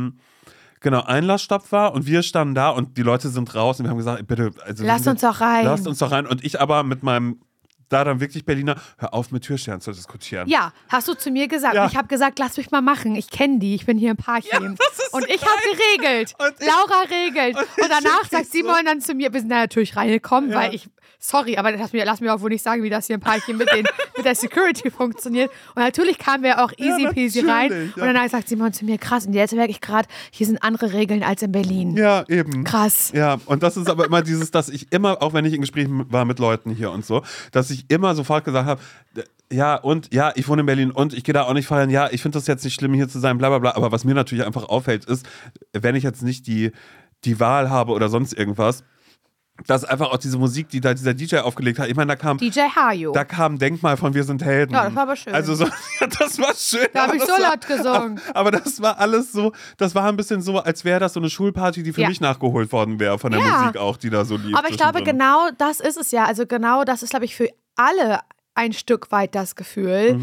Einlassstopp war und wir standen da und die Leute sind raus und wir haben gesagt, bitte, also lasst uns doch rein. Und ich aber mit meinem da dann wirklich Berliner, hör auf mit Türstern zu diskutieren. Ja, hast du zu mir gesagt. Ja. Ich habe gesagt, lass mich mal machen. Ich kenne die, ich bin hier im Parchim. Ja, und ich habe geregelt. Laura regelt. Und danach sagt Simon dann zu mir, wir sind da natürlich reingekommen, weil sorry, aber lass mir auch wohl nicht sagen, wie das hier im Parchim mit der Security funktioniert. Und natürlich kamen wir auch easy peasy rein. Ja. Und danach sagt Simon zu mir, krass, und jetzt merke ich gerade, hier sind andere Regeln als in Berlin. Ja, eben. Krass. Ja, und das ist aber immer dieses, dass ich immer, auch wenn ich in Gesprächen war mit Leuten hier und so, dass ich immer sofort gesagt habe, ich wohne in Berlin und ich gehe da auch nicht feiern, ja, ich finde das jetzt nicht schlimm, hier zu sein, bla bla bla, aber was mir natürlich einfach auffällt, ist, wenn ich jetzt nicht die Wahl habe oder sonst irgendwas, dass einfach auch diese Musik, die da dieser DJ aufgelegt hat, ich meine, da kam DJ Hajo. Da kam Denkmal von Wir sind Helden. Ja, das war aber schön. Also so, das war schön. Da habe ich so laut gesungen. Aber das war alles so, das war ein bisschen so, als wäre das so eine Schulparty, die für mich nachgeholt worden wäre, von der Musik auch, die da so lief. Aber ich glaube, genau das ist es ja. Also genau das ist, glaube ich, für alle ein Stück weit das Gefühl,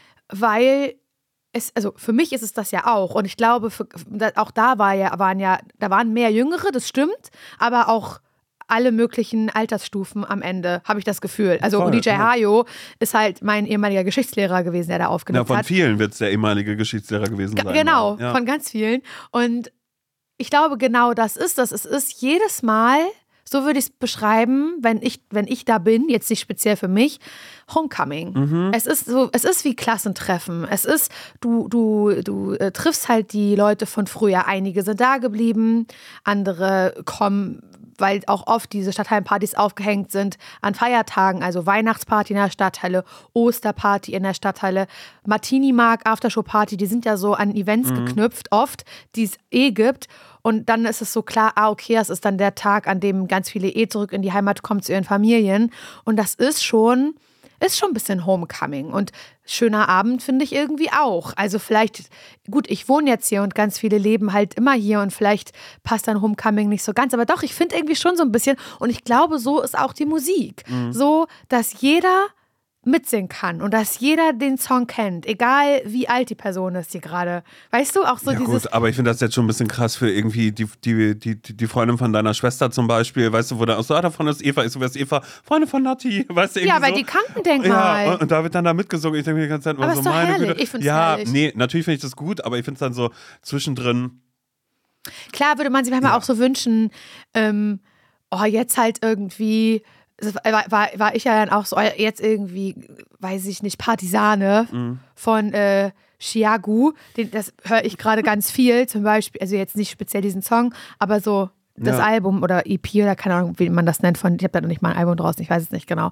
weil also für mich ist es das ja auch. Und ich glaube, auch da waren mehr Jüngere, das stimmt, aber auch alle möglichen Altersstufen am Ende, habe ich das Gefühl. Also voll, DJ Hajo ist halt mein ehemaliger Geschichtslehrer gewesen, der da aufgenommen hat. Ja, von vielen wird es der ehemalige Geschichtslehrer gewesen sein. Genau, von ganz vielen. Und ich glaube, genau das ist das. Es ist jedes Mal, so würde ich es beschreiben, wenn ich da bin, jetzt nicht speziell für mich, Homecoming. Es ist wie Klassentreffen. Es ist, du triffst halt die Leute von früher. Einige sind da geblieben, andere kommen, weil auch oft diese Stadthallenpartys aufgehängt sind an Feiertagen, also Weihnachtsparty in der Stadthalle, Osterparty in der Stadthalle, Martini-Mark, Aftershow-Party, die sind ja so an Events geknüpft, oft, die es gibt. Und dann ist es so klar, okay, das ist dann der Tag, an dem ganz viele zurück in die Heimat kommen zu ihren Familien. Und das ist schon ein bisschen Homecoming und schöner Abend finde ich irgendwie auch. Also vielleicht, gut, ich wohne jetzt hier und ganz viele leben halt immer hier und vielleicht passt dann Homecoming nicht so ganz, aber doch, ich finde irgendwie schon so ein bisschen und ich glaube, so ist auch die Musik. So, dass jeder mitsingen kann und dass jeder den Song kennt, egal wie alt die Person ist, die gerade, weißt du, auch so ja, dieses... Gut, aber ich finde das jetzt schon ein bisschen krass für irgendwie die Freundin von deiner Schwester zum Beispiel, weißt du, wo da auch so, davon ist Eva, wer ist Eva? Freundin von Nati, weißt du, irgendwie ja, weil so. die kannten Denkmal. Ja, und da wird dann da mitgesungen, ich denke mir die ganze Zeit immer aber so, ist doch meine herrlich. Güte. Ich find's herrlich. Ja, nee, natürlich finde ich das gut, aber ich finde es dann so zwischendrin... Klar würde man sich manchmal auch so wünschen, jetzt halt irgendwie war ich ja dann auch so jetzt irgendwie, weiß ich nicht, Partisane von Chiagu. Das höre ich gerade ganz viel, zum Beispiel, also jetzt nicht speziell diesen Song, aber so das Album oder EP oder keine Ahnung, wie man das nennt, ich habe da noch nicht mal ein Album draußen, ich weiß es nicht genau.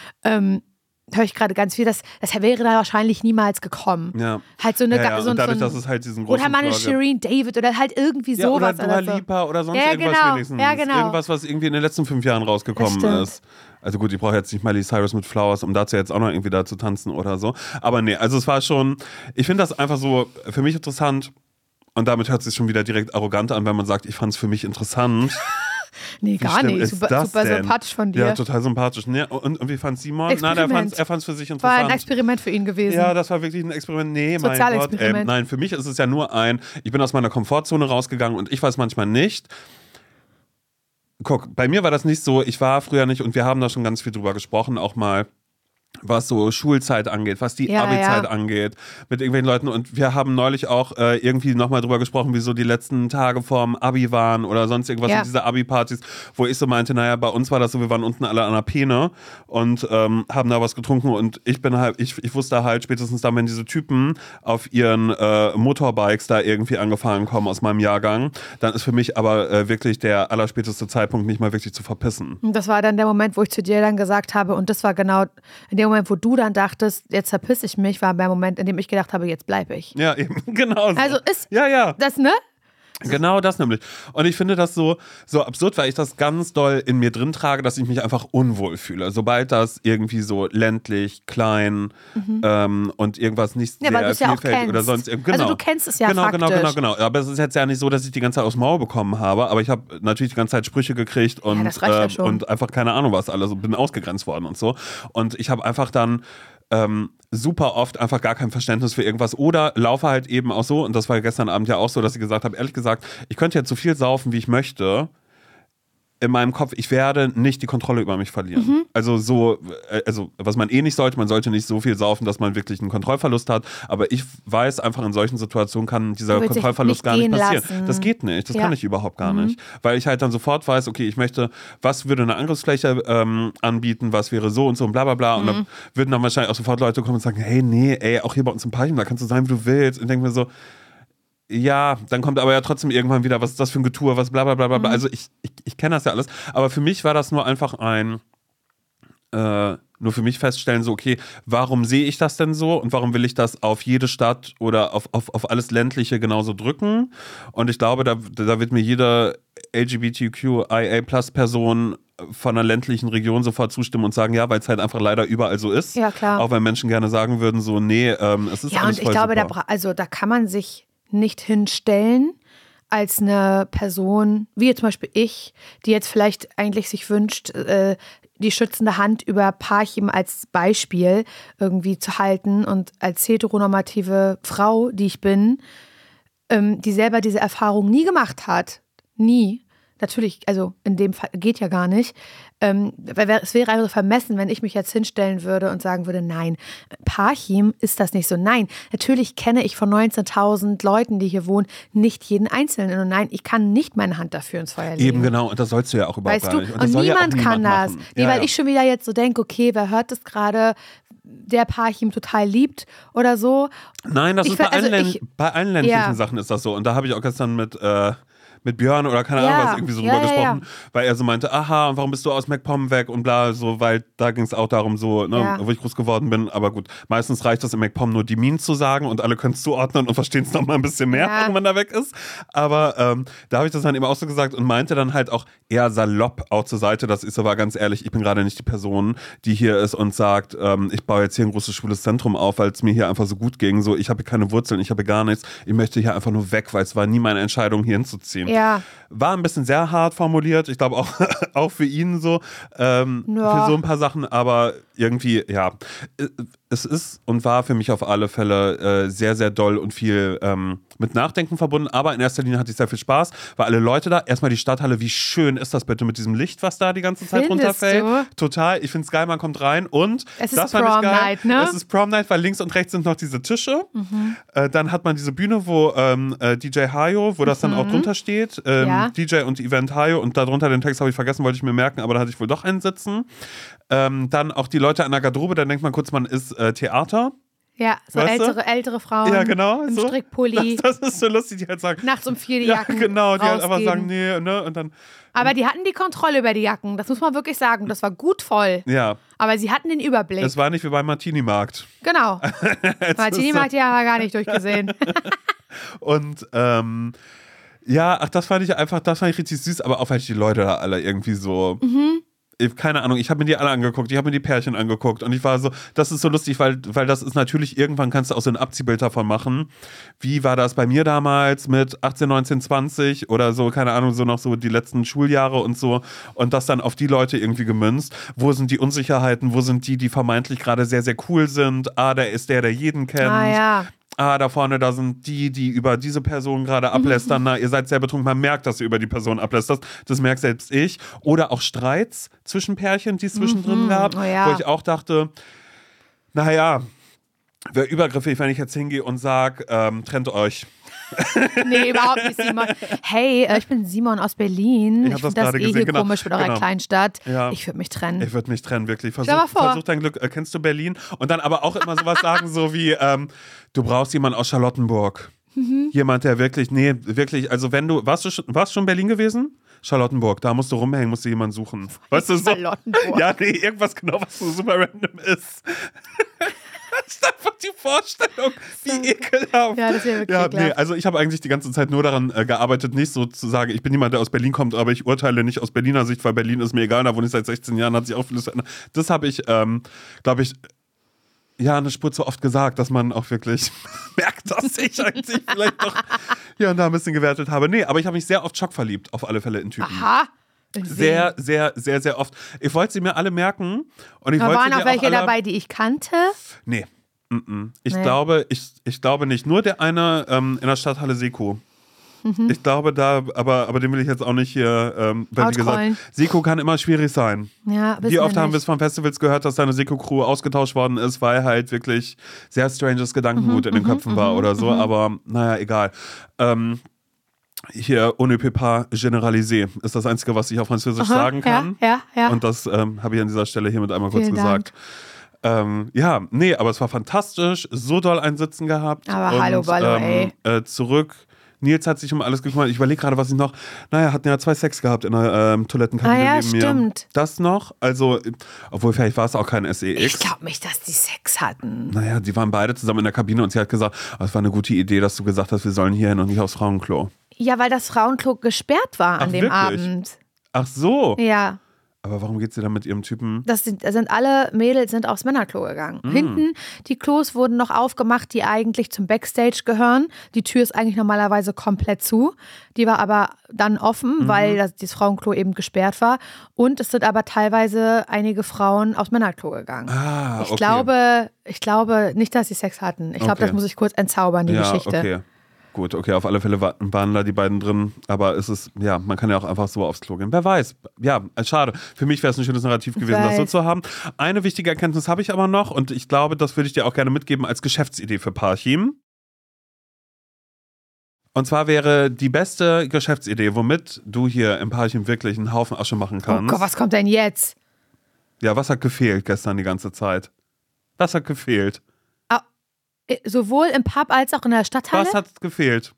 Höre ich gerade ganz viel, das wäre da wahrscheinlich niemals gekommen. Ja. Halt so eine und dadurch, dass es halt diesen großen oder mal eine Shireen David oder halt irgendwie sowas. Oder Dua Lipa oder sonst irgendwas wenigstens. Ja, genau. Irgendwas, was irgendwie in den letzten 5 Jahren rausgekommen ist. Also gut, ich brauche jetzt nicht Miley Cyrus mit Flowers, um dazu jetzt auch noch irgendwie da zu tanzen oder so. Aber nee, also es war schon, ich finde das einfach so für mich interessant und damit hört es sich schon wieder direkt arrogant an, wenn man sagt, ich fand es für mich interessant. Nee, gar nicht. Super sympathisch von dir. Ja, total sympathisch. Nee, und wie fand Simon? Nein, er fand es für sich interessant. War ein Experiment für ihn gewesen. Ja, das war wirklich ein Experiment. Nee, mein Gott. Nein, für mich ist es ja nur ich bin aus meiner Komfortzone rausgegangen und ich weiß manchmal nicht. Guck, bei mir war das nicht so, ich war früher nicht und wir haben da schon ganz viel drüber gesprochen, auch mal, was so Schulzeit angeht, was die Abi-Zeit angeht, mit irgendwelchen Leuten. Und wir haben neulich auch irgendwie nochmal drüber gesprochen, wie so die letzten Tage vorm Abi waren oder sonst irgendwas, in diese Abi-Partys, wo ich so meinte, naja, bei uns war das so, wir waren unten alle an der Peene und haben da was getrunken und ich wusste halt spätestens dann, wenn diese Typen auf ihren Motorbikes da irgendwie angefahren kommen aus meinem Jahrgang, dann ist für mich aber wirklich der allerspäteste Zeitpunkt, mich mal wirklich zu verpissen. Und das war dann der Moment, wo ich zu dir dann gesagt habe, und das war genau in dem Moment, wo du dann dachtest, jetzt verpiss ich mich, war der Moment, in dem ich gedacht habe, jetzt bleibe ich. Ja, eben, genau so. Also ist das, ne? Genau das nämlich. Und ich finde das so absurd, weil ich das ganz doll in mir drin trage, dass ich mich einfach unwohl fühle. Sobald das irgendwie so ländlich, klein und irgendwas nicht sehr vielfältig oder sonst irgendwas. Also du kennst es ja faktisch. Genau. Aber es ist jetzt ja nicht so, dass ich die ganze Zeit aufs Maul bekommen habe, aber ich habe natürlich die ganze Zeit Sprüche gekriegt und, und einfach keine Ahnung was, also bin ausgegrenzt worden und so. Und ich habe einfach dann super oft einfach gar kein Verständnis für irgendwas oder laufe halt eben auch so, und das war gestern Abend ja auch so, dass ich gesagt habe, ehrlich gesagt, ich könnte jetzt so viel saufen, wie ich möchte, in meinem Kopf, ich werde nicht die Kontrolle über mich verlieren. Also was man nicht sollte, man sollte nicht so viel saufen, dass man wirklich einen Kontrollverlust hat, aber ich weiß einfach, in solchen Situationen kann dieser Kontrollverlust gar nicht passieren. Lassen. Das geht nicht, das kann ich überhaupt gar nicht, weil ich halt dann sofort weiß, okay, ich möchte, was würde eine Angriffsfläche anbieten, was wäre so und so und bla bla bla, und dann würden dann wahrscheinlich auch sofort Leute kommen und sagen, hey, nee, auch hier bei uns im Parchim, da kannst du sein, wie du willst, und ich denke mir so, ja, dann kommt aber ja trotzdem irgendwann wieder, was ist das für ein Getue, was bla bla bla bla. Also ich kenne das ja alles, aber für mich war das nur einfach nur für mich feststellen, so okay, warum sehe ich das denn so und warum will ich das auf jede Stadt oder auf alles Ländliche genauso drücken? Und ich glaube, da wird mir jede LGBTQIA+-Person von einer ländlichen Region sofort zustimmen und sagen, ja, weil es halt einfach leider überall so ist. Ja, klar. Auch wenn Menschen gerne sagen würden, so, nee, es ist ja, alles und ich glaube, super. da kann man sich nicht hinstellen als eine Person, wie jetzt zum Beispiel ich, die jetzt vielleicht eigentlich sich wünscht, die schützende Hand über Parchim als Beispiel irgendwie zu halten und als heteronormative Frau, die ich bin, die selber diese Erfahrung nie gemacht hat. Nie. Natürlich, also in dem Fall geht ja gar nicht. Es wäre also vermessen, wenn ich mich jetzt hinstellen würde und sagen würde, nein, Parchim ist das nicht so. Nein, natürlich kenne ich von 19.000 Leuten, die hier wohnen, nicht jeden Einzelnen. Und nein, ich kann nicht meine Hand dafür ins Feuer legen. Eben genau, und das sollst du ja auch überhaupt gar nicht. Und niemand kann das. Nee, weil ich schon wieder jetzt so denke, okay, wer hört das gerade, der Parchim total liebt oder so. Nein, das ist bei allen ländlichen Sachen ist das so. Und da habe ich auch gestern mit Björn oder keine Ahnung was irgendwie so drüber gesprochen, weil er so meinte, aha, und warum bist du aus MacPom weg und bla, so, weil da ging es auch darum so, ne, wo ich groß geworden bin, aber gut, meistens reicht das in MacPom nur die Means zu sagen und alle können es zuordnen und verstehen es noch mal ein bisschen mehr, wenn man da weg ist, aber da habe ich das dann eben auch so gesagt und meinte dann halt auch eher salopp auch zur Seite, dass ich so war, ganz ehrlich, ich bin gerade nicht die Person, die hier ist und sagt, ich baue jetzt hier ein großes schwules Zentrum auf, weil es mir hier einfach so gut ging, so, ich habe hier keine Wurzeln, ich habe hier gar nichts, ich möchte hier einfach nur weg, weil es war nie meine Entscheidung, hier hinzuziehen. Ja. War ein bisschen sehr hart formuliert, ich glaube auch für ihn so, für so ein paar Sachen, aber irgendwie, ja, es ist und war für mich auf alle Fälle sehr, sehr doll und viel mit Nachdenken verbunden, aber in erster Linie hatte ich sehr viel Spaß, weil alle Leute da, erstmal die Stadthalle, wie schön ist das bitte mit diesem Licht, was da die ganze Zeit runterfällt. Total, ich finde es geil, man kommt rein und es ist Prom Night, ne? Es ist Prom Night, weil links und rechts sind noch diese Tische, dann hat man diese Bühne, wo DJ Hayo, wo das dann auch drunter steht, DJ und Event Hayo und darunter den Text habe ich vergessen, wollte ich mir merken, aber da hatte ich wohl doch einen sitzen. Dann auch die Leute an der Garderobe, dann denkt man kurz, man ist Theater. Ja, so ältere Frauen. Ja, genau. Im Strickpulli. Das ist so lustig, die halt sagen. Nachts um 4 die Jacken. Ja, genau, die halt einfach sagen, nee, ne, und dann. Aber die hatten die Kontrolle über die Jacken, das muss man wirklich sagen. Das war gut voll. Ja. Aber sie hatten den Überblick. Es war nicht wie beim Martini-Markt. Genau. Martini-Markt ja gar nicht durchgesehen. Und, das fand ich richtig süß, aber auch weil ich die Leute da alle irgendwie so. Keine Ahnung, ich habe mir die alle angeguckt, ich habe mir die Pärchen angeguckt und ich war so, das ist so lustig, weil das ist natürlich, irgendwann kannst du auch so ein Abziehbild davon machen. Wie war das bei mir damals mit 18, 19, 20 oder so, keine Ahnung, so noch so die letzten Schuljahre und so und das dann auf die Leute irgendwie gemünzt. Wo sind die Unsicherheiten, wo sind die vermeintlich gerade sehr, sehr cool sind? Der ist der jeden kennt. Da vorne, da sind die über diese Person gerade ablästern. Na, ihr seid sehr betrunken. Man merkt, dass ihr über die Person ablästert. Das merkt selbst ich. Oder auch Streits zwischen Pärchen, die es zwischendrin gab. Wo ich auch dachte, wäre übergriffig, wenn ich jetzt hingehe und sage, trennt euch. Nee, überhaupt nicht, Simon. Hey, ich bin Simon aus Berlin. Ich finde das gesehen, komisch mit eurer Kleinstadt. Ja. Ich würde mich trennen. Ich würde mich trennen, wirklich. Versuch dein Glück. Kennst du Berlin? Und dann aber auch immer sowas sagen, so wie, du brauchst jemanden aus Charlottenburg. Jemand, der wirklich, also wenn du, warst du schon in Berlin gewesen? Charlottenburg, da musst du rumhängen, musst du jemanden suchen. Weißt du, so? Charlottenburg. Ja, nee, irgendwas genau, was so super random ist. Das ist einfach die Vorstellung, wie ekelhaft. Ja, das ist ja wirklich ekelhaft. Also ich habe eigentlich die ganze Zeit nur daran gearbeitet, nicht so zu sagen, ich bin jemand, der aus Berlin kommt, aber ich urteile nicht aus Berliner Sicht, weil Berlin ist mir egal, da wohne ich seit 16 Jahren, hat sich auch vieles verändert. Das habe ich, glaube ich, eine Spur zu oft gesagt, dass man auch wirklich merkt, dass ich eigentlich vielleicht doch hier und da ein bisschen gewertet habe. Nee, aber ich habe mich sehr oft schockverliebt, auf alle Fälle in Typen. Aha. Sehr, sehr, sehr, sehr oft. Ich wollte sie mir alle merken. Und da waren auch welche dabei, die ich kannte? Nee. Ich glaube nicht. Nur der eine in der Stadthalle Seko. Ich glaube aber den will ich jetzt auch nicht hier, weil wie gesagt, Seko kann immer schwierig sein. Ja, wie oft haben wir es von Festivals gehört, dass deine Seko-Crew ausgetauscht worden ist, weil halt wirklich sehr stranges Gedankengut in den Köpfen war oder so, aber naja, egal. Hier, on ne peut pas généraliser, ist das Einzige, was ich auf Französisch sagen kann. Ja. Und das habe ich an dieser Stelle hiermit einmal kurz gesagt. Aber es war fantastisch, so doll ein Sitzen gehabt. Aber hallo, Ballo, ey. Zurück. Nils hat sich um alles gekümmert. Ich überlege gerade, was ich noch. Hatten ja 2 Sex gehabt in der Toilettenkabine neben mir. Stimmt. Das noch. Also, obwohl vielleicht war es auch kein SEX. Ich glaube nicht, dass die Sex hatten. Die waren beide zusammen in der Kabine und sie hat gesagt, es war eine gute Idee, dass du gesagt hast, wir sollen hier hin und nicht aufs Frauenklo. Ja, weil das Frauenklo gesperrt war an dem Abend. Ach so. Ja. Aber warum geht sie dann mit ihrem Typen? Alle Mädels sind aufs Männerklo gegangen. Hinten, die Klos wurden noch aufgemacht, die eigentlich zum Backstage gehören. Die Tür ist eigentlich normalerweise komplett zu. Die war aber dann offen, weil das Frauenklo eben gesperrt war. Und es sind aber teilweise einige Frauen aufs Männerklo gegangen. Ich glaube nicht, dass sie Sex hatten. Ich glaube, das muss ich kurz entzaubern, die Geschichte. Okay. Gut, okay, auf alle Fälle waren da die beiden drin, aber es ist, man kann ja auch einfach so aufs Klo gehen. Wer weiß. Ja, schade. Für mich wäre es ein schönes Narrativ gewesen, das so zu haben. Eine wichtige Erkenntnis habe ich aber noch und ich glaube, das würde ich dir auch gerne mitgeben als Geschäftsidee für Parchim. Und zwar wäre die beste Geschäftsidee, womit du hier im Parchim wirklich einen Haufen Asche machen kannst. Oh Gott, was kommt denn jetzt? Ja, was hat gefehlt gestern die ganze Zeit? Was hat gefehlt? Sowohl im Pub als auch in der Stadthalle? Was hat gefehlt?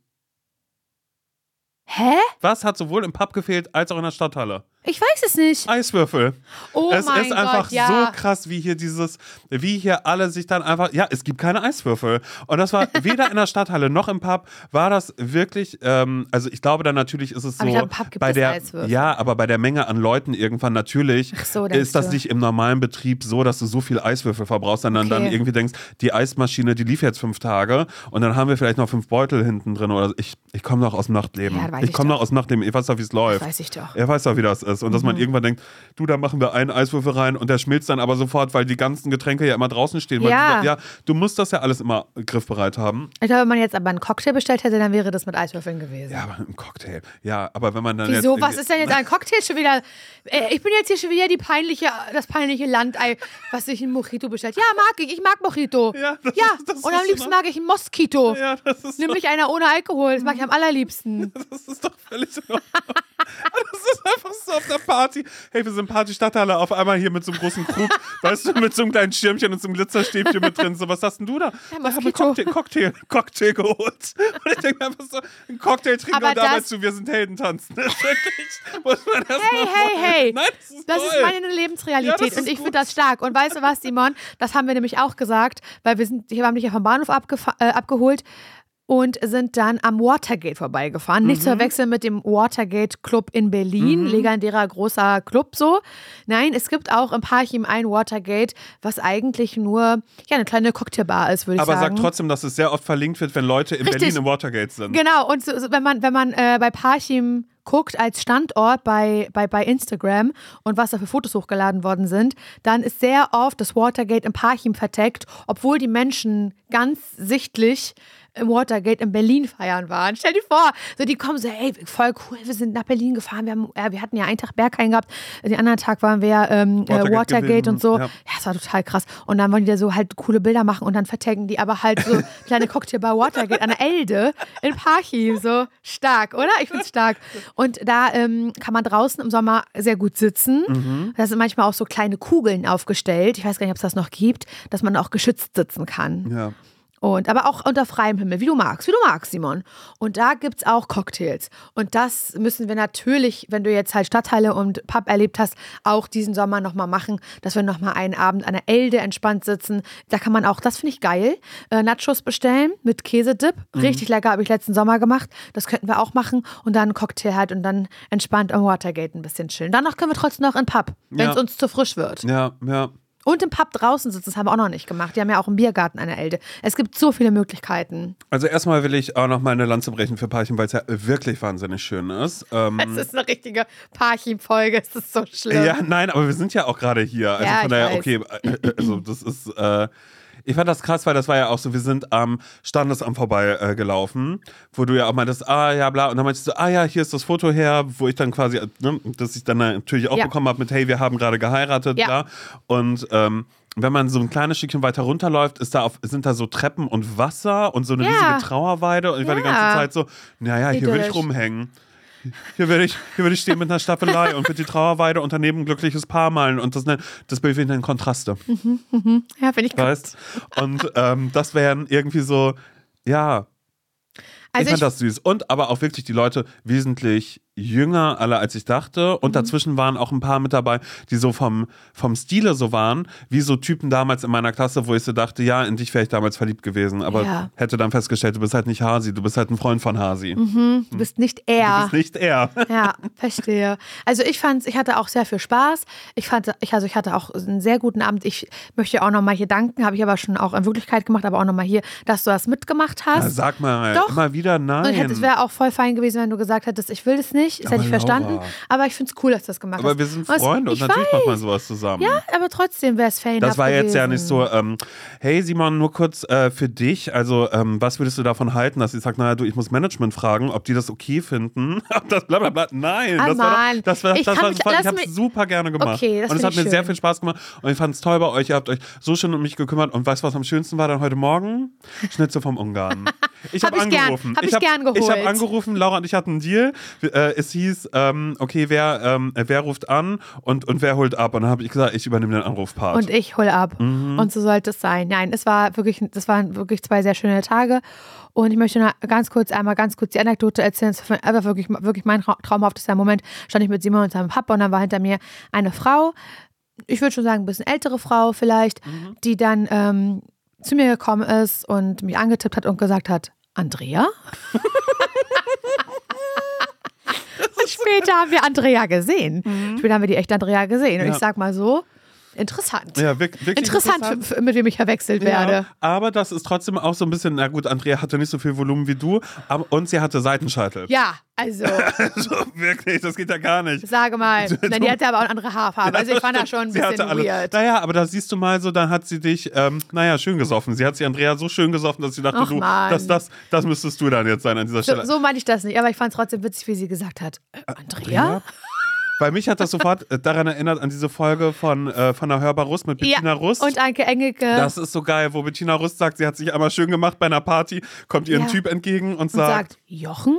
Hä? Was hat sowohl im Pub gefehlt als auch in der Stadthalle? Ich weiß es nicht. Eiswürfel. Oh mein Gott, es ist einfach so krass, wie hier alle sich dann einfach, es gibt keine Eiswürfel. Und das war weder in der Stadthalle noch im Pub, war das wirklich, also ich glaube dann natürlich ist es so, aber ich glaube, im Pub gibt es Eiswürfel. Ja, aber bei der Menge an Leuten irgendwann natürlich ist das nicht im normalen Betrieb so, dass du so viel Eiswürfel verbrauchst, sondern dann irgendwie denkst, die Eismaschine, die lief jetzt 5 Tage und dann haben wir vielleicht noch 5 Beutel hinten drin oder ich komme noch aus dem Nachtleben. Ja, ich komme noch aus dem Nachtleben, ich weiß doch, wie es läuft. Das weiß ich doch. Ich weiß doch, wie das ist. ist. Und dass man irgendwann denkt, du, da machen wir einen Eiswürfel rein und der schmilzt dann aber sofort, weil die ganzen Getränke ja immer draußen stehen. Weil du musst das ja alles immer griffbereit haben. Ich glaube, wenn man jetzt aber einen Cocktail bestellt hätte, dann wäre das mit Eiswürfeln gewesen. Ja, aber ein Cocktail. Ja, aber wenn man dann Wieso? Was ist denn jetzt ein Cocktail schon wieder? Ich bin jetzt hier schon wieder das peinliche Landei, was sich ein Mojito bestellt. Ja, mag ich. Ich mag Mojito. Ja, und am liebsten mag ich ein Mosquito. Ja, das ist nämlich einer ohne Alkohol. Das mag ich am allerliebsten. Das ist doch völlig in Ordnung. Das ist einfach so auf der Party. Hey, wir sind Party-Stadthalle, auf einmal hier mit so einem großen Krug, weißt du, mit so einem kleinen Schirmchen und so einem Glitzerstäbchen mit drin. So, was hast denn du da? Ja, da haben wir Cocktail geholt. Und ich denke einfach so, ein Cocktail trinken wir dabei zu, wir sind Helden tanzen. Das ist wirklich, muss man hey. Nein, das ist meine Lebensrealität und ich finde das stark. Und weißt du was, Simon? Das haben wir nämlich auch gesagt, weil wir haben dich ja vom Bahnhof abgeholt und sind dann am Watergate vorbeigefahren. Nicht zu verwechseln mit dem Watergate Club in Berlin, legendärer großer Club so. Nein, es gibt auch im Parchim ein Watergate, was eigentlich nur eine kleine Cocktailbar ist, würde ich sagen. Aber sag trotzdem, dass es sehr oft verlinkt wird, wenn Leute in Berlin im Watergate sind. Genau, und so, wenn man bei Parchim guckt als Standort bei Instagram und was da für Fotos hochgeladen worden sind, dann ist sehr oft das Watergate im Parchim verdeckt, obwohl die Menschen ganz sichtlich im Watergate in Berlin feiern waren. Stell dir vor, so die kommen so, hey, voll cool, wir sind nach Berlin gefahren, wir hatten ja einen Tag Berghain gehabt, den anderen Tag waren wir Watergate und so. Ja, das war total krass. Und dann wollen die da so halt coole Bilder machen und dann vertaggen die aber halt so kleine Cocktailbar Watergate an der Elde in Parchim. So stark, oder? Ich find's stark. Und da kann man draußen im Sommer sehr gut sitzen. Da sind manchmal auch so kleine Kugeln aufgestellt. Ich weiß gar nicht, ob es das noch gibt, dass man auch geschützt sitzen kann. Ja. Aber auch unter freiem Himmel, wie du magst, Simon. Und da gibt es auch Cocktails. Und das müssen wir natürlich, wenn du jetzt halt Stadthalle und Pub erlebt hast, auch diesen Sommer nochmal machen, dass wir nochmal einen Abend an der Elde entspannt sitzen. Da kann man auch, das finde ich geil, Nachos bestellen mit Käsedip. Richtig lecker, habe ich letzten Sommer gemacht. Das könnten wir auch machen. Und dann einen Cocktail halt und dann entspannt am Watergate ein bisschen chillen. Danach können wir trotzdem noch in Pub, wenn es uns zu frisch wird. Ja. Und im Pub draußen sitzen, das haben wir auch noch nicht gemacht. Die haben ja auch einen Biergarten an der Elde. Es gibt so viele Möglichkeiten. Also erstmal will ich auch noch mal eine Lanze brechen für Parchim, weil es ja wirklich wahnsinnig schön ist. Es ist eine richtige Parchim-Folge, es ist so schlimm. Ja, nein, aber wir sind ja auch gerade hier. Also von daher, okay, also das ist... Ich fand das krass, weil das war ja auch so, wir sind am Standesamt vorbei gelaufen, wo du ja auch meintest, ja, bla, und dann meintest du, ja, hier ist das Foto her, wo ich dann quasi, das ich dann natürlich auch bekommen habe mit, hey, wir haben gerade geheiratet, bla. Und wenn man so ein kleines Stückchen weiter runterläuft, sind da so Treppen und Wasser und so eine riesige Trauerweide und ich war die ganze Zeit so, naja, hier will ich rumhängen. Hier würde ich stehen mit einer Staffelei und mit die Trauerweide und daneben ein glückliches Paar malen und das Bild wird dann Kontraste. Ja, finde ich weißt? Und das wären irgendwie so, ja, ich fand das süß. Und aber auch wirklich die Leute wesentlich jünger alle, als ich dachte. Und dazwischen waren auch ein paar mit dabei, die so vom Stile so waren, wie so Typen damals in meiner Klasse, wo ich so dachte, ja, in dich wäre ich damals verliebt gewesen. Aber hätte dann festgestellt, du bist halt nicht Hasi, du bist halt ein Freund von Hasi. Du bist nicht er. Du bist nicht er. Ja, verstehe. Also ich hatte auch sehr viel Spaß. Ich hatte auch einen sehr guten Abend. Ich möchte auch nochmal hier danken, habe ich aber schon auch in Wirklichkeit gemacht, aber auch nochmal hier, dass du das mitgemacht hast. Ja, sag mal, doch. Immer wieder nein. Es wäre auch voll fein gewesen, wenn du gesagt hättest, ich will das nicht. Das hätte ich verstanden. Aber ich finde es cool, dass du das gemacht hast. Aber wir sind Freunde und natürlich macht man sowas zusammen. Ja, aber trotzdem wäre es fair enough Das war jetzt gewesen. ja nicht so, hey Simon, nur kurz für dich, also was würdest du davon halten, dass ich sage, naja, du, ich muss Management fragen, ob die das okay finden, ob das blablabla, nein, ich habe es super gerne gemacht. Okay, das und es hat mir schön. sehr viel Spaß gemacht und ich fand es toll bei euch, ihr habt euch so schön um mich gekümmert und weißt du, was am schönsten war dann heute Morgen? Schnitzel vom Ungarn. Ich habe angerufen. Hab ich gern geholt. Ich habe angerufen, Laura und ich hatten einen Deal. Es hieß, okay, wer ruft an und wer holt ab? Und dann habe ich gesagt, ich übernehme den Anrufpart. Und ich hole ab. Und so sollte es sein. Nein, das waren wirklich 2 sehr schöne Tage. Und ich möchte ganz kurz die Anekdote erzählen. Es war einfach wirklich mein traumhaftester Moment. Stand ich mit Simon und seinem Papa und dann war hinter mir eine Frau, ich würde schon sagen, ein bisschen ältere Frau vielleicht, die dann zu mir gekommen ist und mich angetippt hat und gesagt hat, Andrea? Und später haben wir Andrea gesehen. Später haben wir die echte Andrea gesehen. Und ich sag mal so, Interessant. Ja, wirklich interessant. Mit wem ich verwechselt werde. Aber das ist trotzdem auch so ein bisschen, na gut, Andrea hatte nicht so viel Volumen wie du und sie hatte Seitenscheitel. Ja, also. Wirklich, das geht ja gar nicht. Sage mal. Nein, die hatte aber auch eine andere Haarfarbe. Also ich fand das schon ein bisschen weird. Naja, aber da siehst du mal so, dann hat sie dich, schön gesoffen. Sie hat sie Andrea so schön gesoffen, dass sie dachte, das müsstest du dann jetzt sein an dieser Stelle. So meine ich das nicht, aber ich fand es trotzdem witzig, wie sie gesagt hat, Andrea? Weil mich hat das sofort daran erinnert, an diese Folge von der Hörbar Rust mit Bettina Rust. Und Anke Engelke. Das ist so geil, wo Bettina Rust sagt, sie hat sich einmal schön gemacht bei einer Party, kommt ihr ein Typ entgegen und sagt Jochen?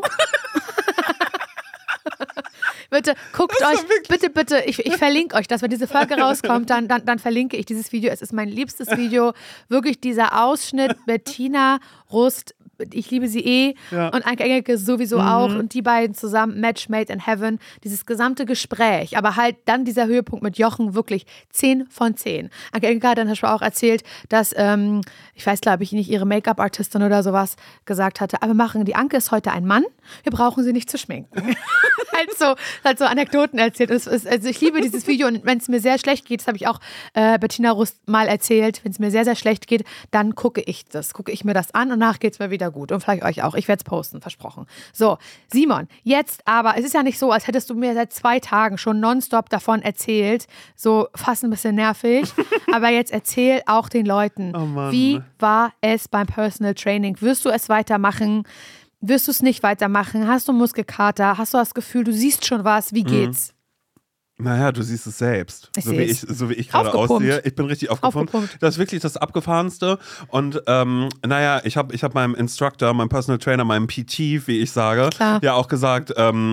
Bitte, guckt euch, bitte, ich verlinke euch das, wenn diese Folge rauskommt, dann verlinke ich dieses Video. Es ist mein liebstes Video. Wirklich dieser Ausschnitt, Bettina Rust, ich liebe sie und Anke Engelke sowieso auch und die beiden zusammen, Match made in heaven, dieses gesamte Gespräch, aber halt dann dieser Höhepunkt mit Jochen, wirklich 10 von 10. Anke Engelke hat dann auch erzählt, dass, ich weiß glaube ich nicht, ihre Make-up-Artistin oder sowas gesagt hatte, aber die Anke ist heute ein Mann, wir brauchen sie nicht zu schminken. halt so Anekdoten erzählt. Also ich liebe dieses Video und wenn es mir sehr schlecht geht, das habe ich auch Bettina Rust mal erzählt, wenn es mir sehr, sehr schlecht geht, dann gucke ich mir das an und danach geht es mir wieder gut und vielleicht euch auch. Ich werde es posten, versprochen. So, Simon, jetzt aber, es ist ja nicht so, als hättest du mir seit 2 Tagen schon nonstop davon erzählt, so fast ein bisschen nervig, aber jetzt erzähl auch den Leuten, wie war es beim Personal Training? Wirst du es weitermachen? Wirst du es nicht weitermachen? Hast du Muskelkater? Hast du das Gefühl, du siehst schon was? Wie geht's? Naja, du siehst es selbst. So wie ich gerade aussehe. Ich bin richtig aufgepumpt. Das ist wirklich das Abgefahrenste. Und ich hab meinem Instructor, meinem Personal Trainer, meinem PT, wie ich sage, ja auch gesagt,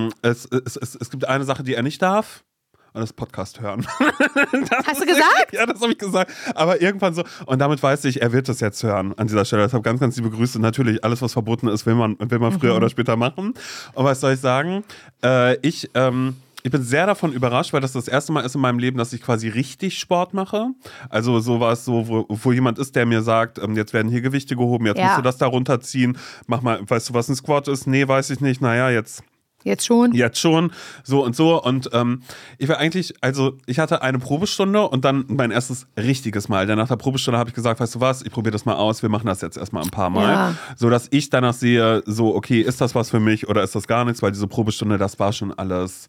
es gibt eine Sache, die er nicht darf. Und das Podcast hören. Hast du gesagt? Ja, das habe ich gesagt. Aber irgendwann so. Und damit weiß ich, er wird das jetzt hören an dieser Stelle. Deshalb ganz, ganz liebe Grüße. Natürlich, alles, was verboten ist, will man früher oder später machen. Und was soll ich sagen? Ich bin sehr davon überrascht, weil das erste Mal ist in meinem Leben, dass ich quasi richtig Sport mache. Also sowas, wo jemand ist, der mir sagt, jetzt werden hier Gewichte gehoben, jetzt musst du das da runterziehen. Mach mal, weißt du, was ein Squat ist? Nee, weiß ich nicht. Naja, Jetzt schon, so und so. Und ich war eigentlich, also ich hatte eine Probestunde und dann mein erstes richtiges Mal. Denn nach der Probestunde habe ich gesagt, weißt du was, ich probiere das mal aus, wir machen das jetzt erstmal ein paar Mal. So dass ich danach sehe, so okay, ist das was für mich oder ist das gar nichts? Weil diese Probestunde, das war schon alles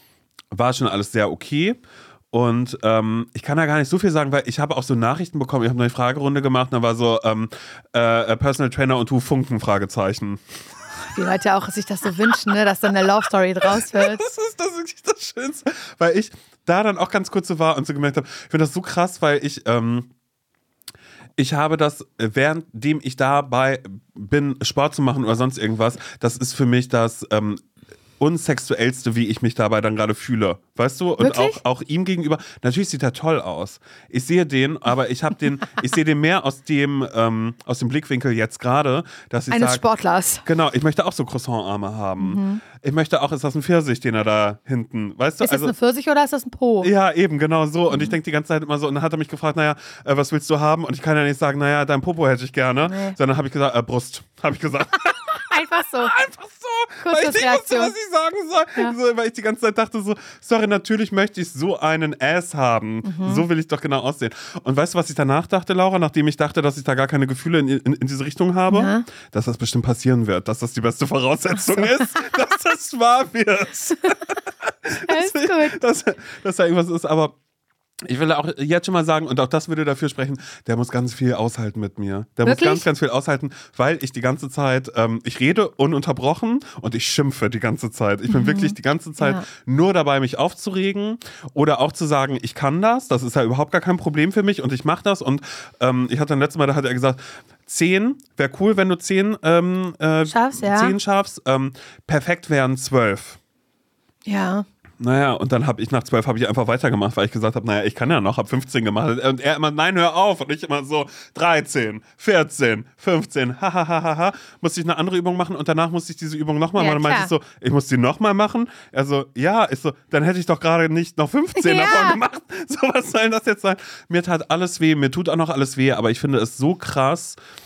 sehr okay. Und ich kann da gar nicht so viel sagen, weil ich habe auch so Nachrichten bekommen, ich habe eine Fragerunde gemacht, da war so Personal Trainer und du Funken, Fragezeichen. Die Leute auch sich das so wünschen, ne, dass dann eine Love Story draus wird. Das ist wirklich das Schönste. Weil ich da dann auch ganz kurz so war und so gemerkt habe, ich finde das so krass, weil ich habe das, währenddem ich dabei bin, Sport zu machen oder sonst irgendwas, das ist für mich das unsexuellste, wie ich mich dabei dann gerade fühle. Weißt du? Und auch ihm gegenüber. Natürlich sieht er toll aus. Ich sehe den, aber ich sehe den mehr aus dem Blickwinkel jetzt gerade, dass ich eines Sportlers. Genau, ich möchte auch so Croissant-Arme haben. Ich möchte auch, ist das ein Pfirsich, den er da hinten, weißt du? Ist das ein Pfirsich oder ist das ein Po? Ja, eben, genau so. Und ich denke die ganze Zeit immer so, und dann hat er mich gefragt, was willst du haben? Und ich kann ja nicht sagen, dein Popo hätte ich gerne. Nee. Sondern habe ich gesagt, Brust, habe ich gesagt. Einfach so. Weil ich nicht wusste, was ich sagen soll. Ja. So, weil ich die ganze Zeit dachte so, sorry, natürlich möchte ich so einen Ass haben. So will ich doch genau aussehen. Und weißt du, was ich danach dachte, Laura? Nachdem ich dachte, dass ich da gar keine Gefühle in diese Richtung habe? Ja. Dass das bestimmt passieren wird. Dass das die beste Voraussetzung ist, dass das wahr wird. Alles gut. Dass da irgendwas ist, aber ich will auch jetzt schon mal sagen, und auch das würde dafür sprechen, der muss ganz viel aushalten mit mir. Der muss ganz, ganz viel aushalten, weil ich die ganze Zeit, ich rede ununterbrochen und ich schimpfe die ganze Zeit. Ich bin wirklich die ganze Zeit nur dabei, mich aufzuregen oder auch zu sagen, ich kann das ist ja überhaupt gar kein Problem für mich und ich mache das. Und ich hatte dann letztes Mal, da hat er gesagt, 10, wäre cool, wenn du 10 schaffst. 10 schaffst. Perfekt wären 12. Ja. Naja, und dann habe ich nach 12 einfach weitergemacht, weil ich gesagt habe, ich kann ja noch, habe 15 gemacht. Und er immer, nein, hör auf. Und ich immer so, 13, 14, 15, hahaha. Musste ich eine andere Übung machen und danach musste ich diese Übung nochmal machen. Dann meinte ich so, ich muss die nochmal machen. Er so, ja, ich so, dann hätte ich doch gerade nicht noch 15 davon gemacht. So, was soll das jetzt sein? Mir tut auch noch alles weh, aber ich finde es so krass,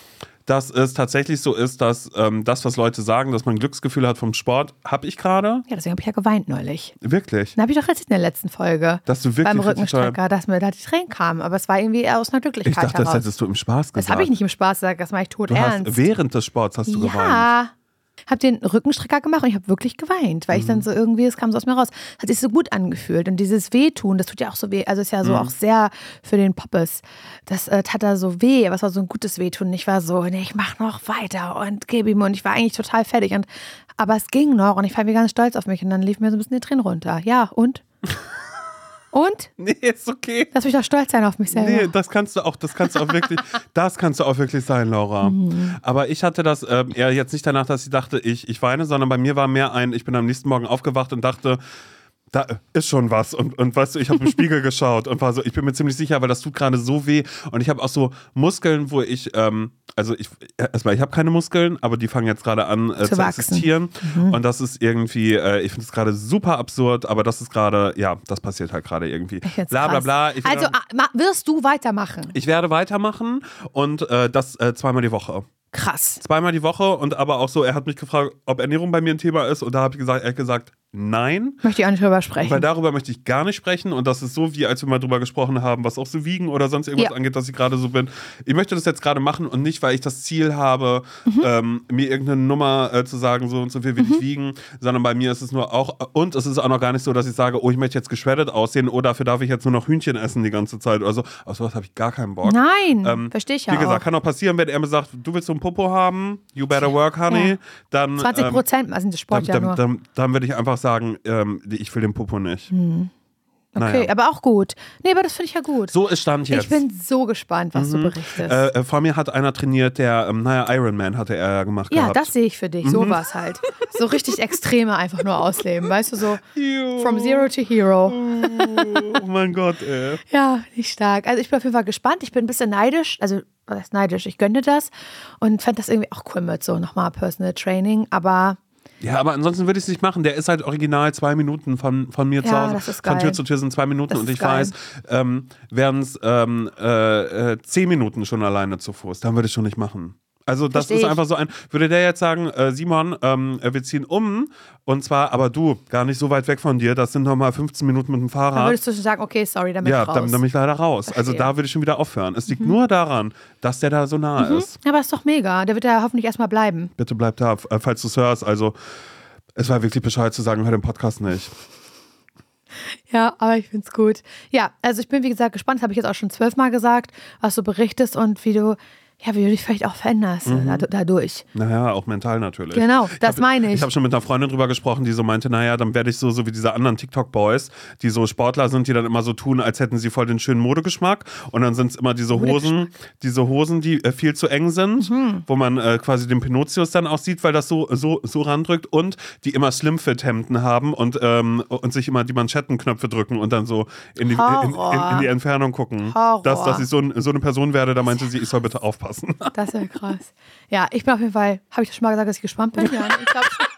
dass es tatsächlich so ist, dass das, was Leute sagen, dass man Glücksgefühle hat vom Sport, habe ich gerade. Ja, deswegen habe ich ja geweint neulich. Wirklich? Da habe ich doch erzählt in der letzten Folge. Dass du wirklich beim Rückenstrecker, dass mir da die Tränen kamen. Aber es war irgendwie aus einer Glücklichkeit heraus. Ich dachte, heraus. das hättest du im Spaß gesagt. Das habe ich nicht im Spaß gesagt, das mache ich tot ernst. Während des Sports hast du geweint. Ja. Habe den Rückenstrecker gemacht und ich habe wirklich geweint, weil ich dann so irgendwie, es kam so aus mir raus, hat sich so gut angefühlt und dieses Wehtun, das tut ja auch so weh, also ist ja so auch sehr für den Poppes, das tat da so weh, aber es war so ein gutes Wehtun und ich war so, nee, ich mache noch weiter und gebe ihm und ich war eigentlich total fertig aber es ging noch und ich war mir ganz stolz auf mich und dann lief mir so ein bisschen die Tränen runter, ja und? Und? Nee, ist okay. Lass mich doch stolz sein auf mich selber. Nee, das kannst du auch wirklich sein, Laura. Aber ich hatte das eher jetzt nicht danach, dass ich dachte, ich weine, sondern bei mir war mehr ich bin am nächsten Morgen aufgewacht und dachte, da ist schon was. Und weißt du, ich habe im Spiegel geschaut und war so, ich bin mir ziemlich sicher, weil das tut gerade so weh. Und ich habe auch so Muskeln, wo ich habe keine Muskeln, aber die fangen jetzt gerade an zu existieren. Und das ist irgendwie, ich finde es gerade super absurd, aber das ist gerade, ja, das passiert halt gerade irgendwie. Bla bla bla. Also wirst du weitermachen? Ich werde weitermachen und das zweimal die Woche. Krass. Zweimal die Woche und aber auch so, er hat mich gefragt, ob Ernährung bei mir ein Thema ist und da habe ich gesagt, er hat gesagt, nein. Möchte ich auch nicht drüber sprechen. Weil darüber möchte ich gar nicht sprechen und das ist so, wie als wir mal drüber gesprochen haben, was auch so Wiegen oder sonst irgendwas angeht, dass ich gerade so bin. Ich möchte das jetzt gerade machen und nicht, weil ich das Ziel habe, mir irgendeine Nummer zu sagen, so und so viel will ich wiegen, sondern bei mir ist es nur auch, und es ist auch noch gar nicht so, dass ich sage, oh, ich möchte jetzt geschreddet aussehen oder dafür darf ich jetzt nur noch Hühnchen essen die ganze Zeit oder so. Auf sowas habe ich gar keinen Bock. Nein, verstehe ich ja. Wie gesagt, kann auch passieren, wenn er mir sagt, du willst so einen Popo haben, you better work, honey. Ja. Dann 20% sind das Sport ja nur. Dann würde ich einfach sagen, ich will den Popo nicht. Okay, aber auch gut. Nee, aber das finde ich ja gut. So ist Stand jetzt. Ich bin so gespannt, was du berichtest. Vor mir hat einer trainiert, der, Ironman hatte er ja gemacht Ja, gehabt. das sehe ich für dich, sowas halt. So richtig Extreme einfach nur ausleben, weißt du, so from zero to hero. Oh mein Gott, ey. Ja, nicht stark. Also ich bin auf jeden Fall gespannt. Ich bin ein bisschen neidisch, also was heißt neidisch? Ich gönne das und fände das irgendwie auch cool mit so nochmal Personal Training, aber... Ja, aber ansonsten würde ich es nicht machen. Der ist halt original 2 Minuten von mir zu Hause. Das ist geil. Von Tür zu Tür sind 2 Minuten und ich geil. weiß, wären es 10 Minuten schon alleine zu Fuß. Dann würde ich schon nicht machen. Also das Versteh ist einfach so würde der jetzt sagen, Simon, wir ziehen um und zwar, aber du, gar nicht so weit weg von dir, das sind nochmal 15 Minuten mit dem Fahrrad. Dann würdest du schon sagen, okay, sorry, dann bin ich raus. Ja, dann bin ich leider raus. Verstehe. Also da würde ich schon wieder aufhören. Es liegt nur daran, dass der da so nah ist. Aber ist doch mega, der wird ja hoffentlich erstmal bleiben. Bitte bleib da, falls du es hörst. Also es war wirklich bescheuert zu sagen, hör den Podcast nicht. Ja, aber ich find's gut. Ja, also ich bin wie gesagt gespannt, das habe ich jetzt auch schon 12-mal gesagt, was du berichtest und wie du dich vielleicht auch veränderst dadurch. Naja, auch mental natürlich. Genau, das meine ich. Ich habe schon mit einer Freundin drüber gesprochen, die so meinte, naja, dann werde ich so wie diese anderen TikTok-Boys, die so Sportler sind, die dann immer so tun, als hätten sie voll den schönen Modegeschmack und dann sind es immer diese Hosen, die viel zu eng sind, wo man quasi den Pinocchios dann auch sieht, weil das so randrückt und die immer Slimfit-Hemden haben und sich immer die Manschettenknöpfe drücken und dann so in die Entfernung gucken. Dass ich so eine Person werde, da meinte sie, ich soll bitte aufpassen. Das ist ja krass. Ja, ich bin auf jeden Fall, habe ich das schon mal gesagt, dass ich gespannt bin? Ja, ich glaube schon.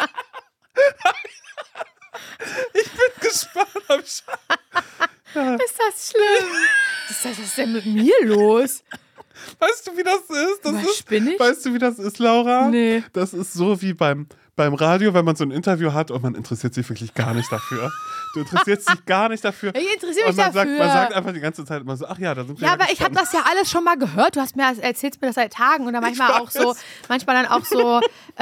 Ich bin gespannt. Ist das schlimm? Was ist denn mit mir los? Weißt du, wie das ist? Spinnig? Weißt du, wie das ist, Laura? Nee. Das ist so wie beim Radio, wenn man so ein Interview hat und man interessiert sich wirklich gar nicht dafür. Du interessierst dich gar nicht dafür. Ich interessiere mich dafür. Man sagt einfach die ganze Zeit immer so, ach ja, da sind wir. Ja, aber ich habe das ja alles schon mal gehört. Du erzählst mir das seit Tagen oder manchmal dann auch so,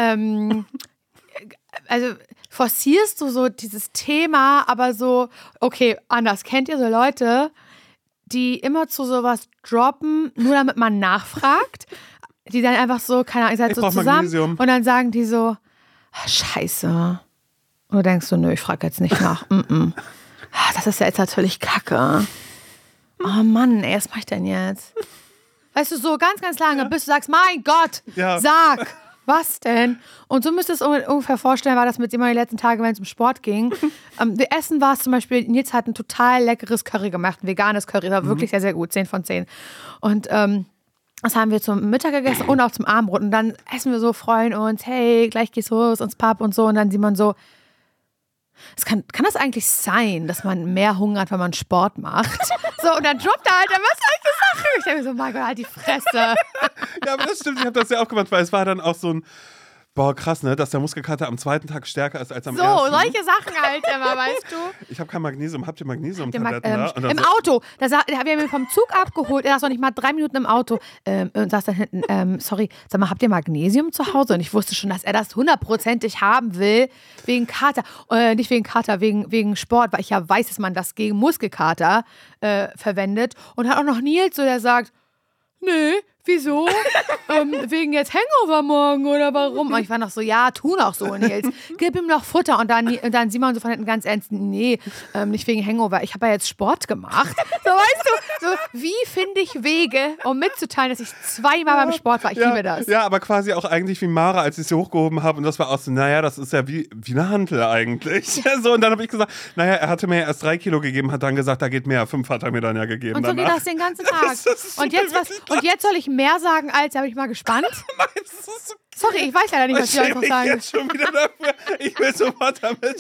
also forcierst du so dieses Thema, aber so, okay, anders. Kennt ihr so Leute, die immer zu sowas droppen, nur damit man nachfragt? Die dann einfach so, keine Ahnung, ihr seid so zusammen Magnesium. Und dann sagen die so, scheiße. Und du denkst so, nö, ich frage jetzt nicht nach. Das ist ja jetzt natürlich Kacke. Oh Mann, ey, was mach ich denn jetzt? Weißt du, so ganz, ganz lange, bis du sagst, mein Gott, sag, was denn? Und so müsstest du es ungefähr vorstellen, war das mit immer die letzten Tage, wenn es um Sport ging. Wir essen war es zum Beispiel, Nils hat ein total leckeres Curry gemacht, ein veganes Curry, war wirklich sehr, sehr gut, 10 von 10. Und das haben wir zum Mittag gegessen und auch zum Abendbrot. Und dann essen wir so, freuen uns, hey, gleich geht's los ins Pub und so. Und dann sieht man so, kann das eigentlich sein, dass man mehr Hunger hat, wenn man Sport macht? So, und dann droppt er halt, was habe ich gesagt? lachen. Ich denke mir so, mein Gott, halt die Fresse. Ja, aber das stimmt, ich habe das sehr oft gemacht, weil es war dann auch so ein, boah, krass, ne, dass der Muskelkater am zweiten Tag stärker ist als am ersten. So, solche Sachen halt immer, weißt du. Ich habe kein Magnesium. Habt ihr Magnesium-Tabletten da? Im Auto. Da haben wir ihn vom Zug abgeholt. Er saß noch nicht mal 3 Minuten im Auto. Und saß dann hinten, sorry, sag mal, habt ihr Magnesium zu Hause? Und ich wusste schon, dass er das 100%ig haben will. Wegen Kater. Nicht wegen Kater, wegen Sport. Weil ich ja weiß, dass man das gegen Muskelkater verwendet. Und hat auch noch Nils so, der sagt, nee, wieso? Wegen jetzt Hangover morgen oder warum? Und ich war noch so, ja, tu noch so, Nils. Gib ihm noch Futter. Und dann Simon so von hinten ganz ernst, nee, nicht wegen Hangover. Ich habe ja jetzt Sport gemacht. So, weißt du, so, wie finde ich Wege, um mitzuteilen, dass ich 2-mal beim Sport war. Ich liebe das. Ja, aber quasi auch eigentlich wie Mara, als ich sie hochgehoben habe. Und das war auch so, naja, das ist ja wie eine Hantel eigentlich. So, und dann habe ich gesagt, naja, er hatte mir erst 3 Kilo gegeben, hat dann gesagt, da geht mehr. 5 hat er mir dann ja gegeben. Und so danach. geht das den ganzen Tag. Und jetzt soll ich mehr sagen als, da bin ich mal gespannt. Sorry, ich weiß leider nicht, was ich einfach sagen. Jetzt schon wieder dafür. Ich will sofort damit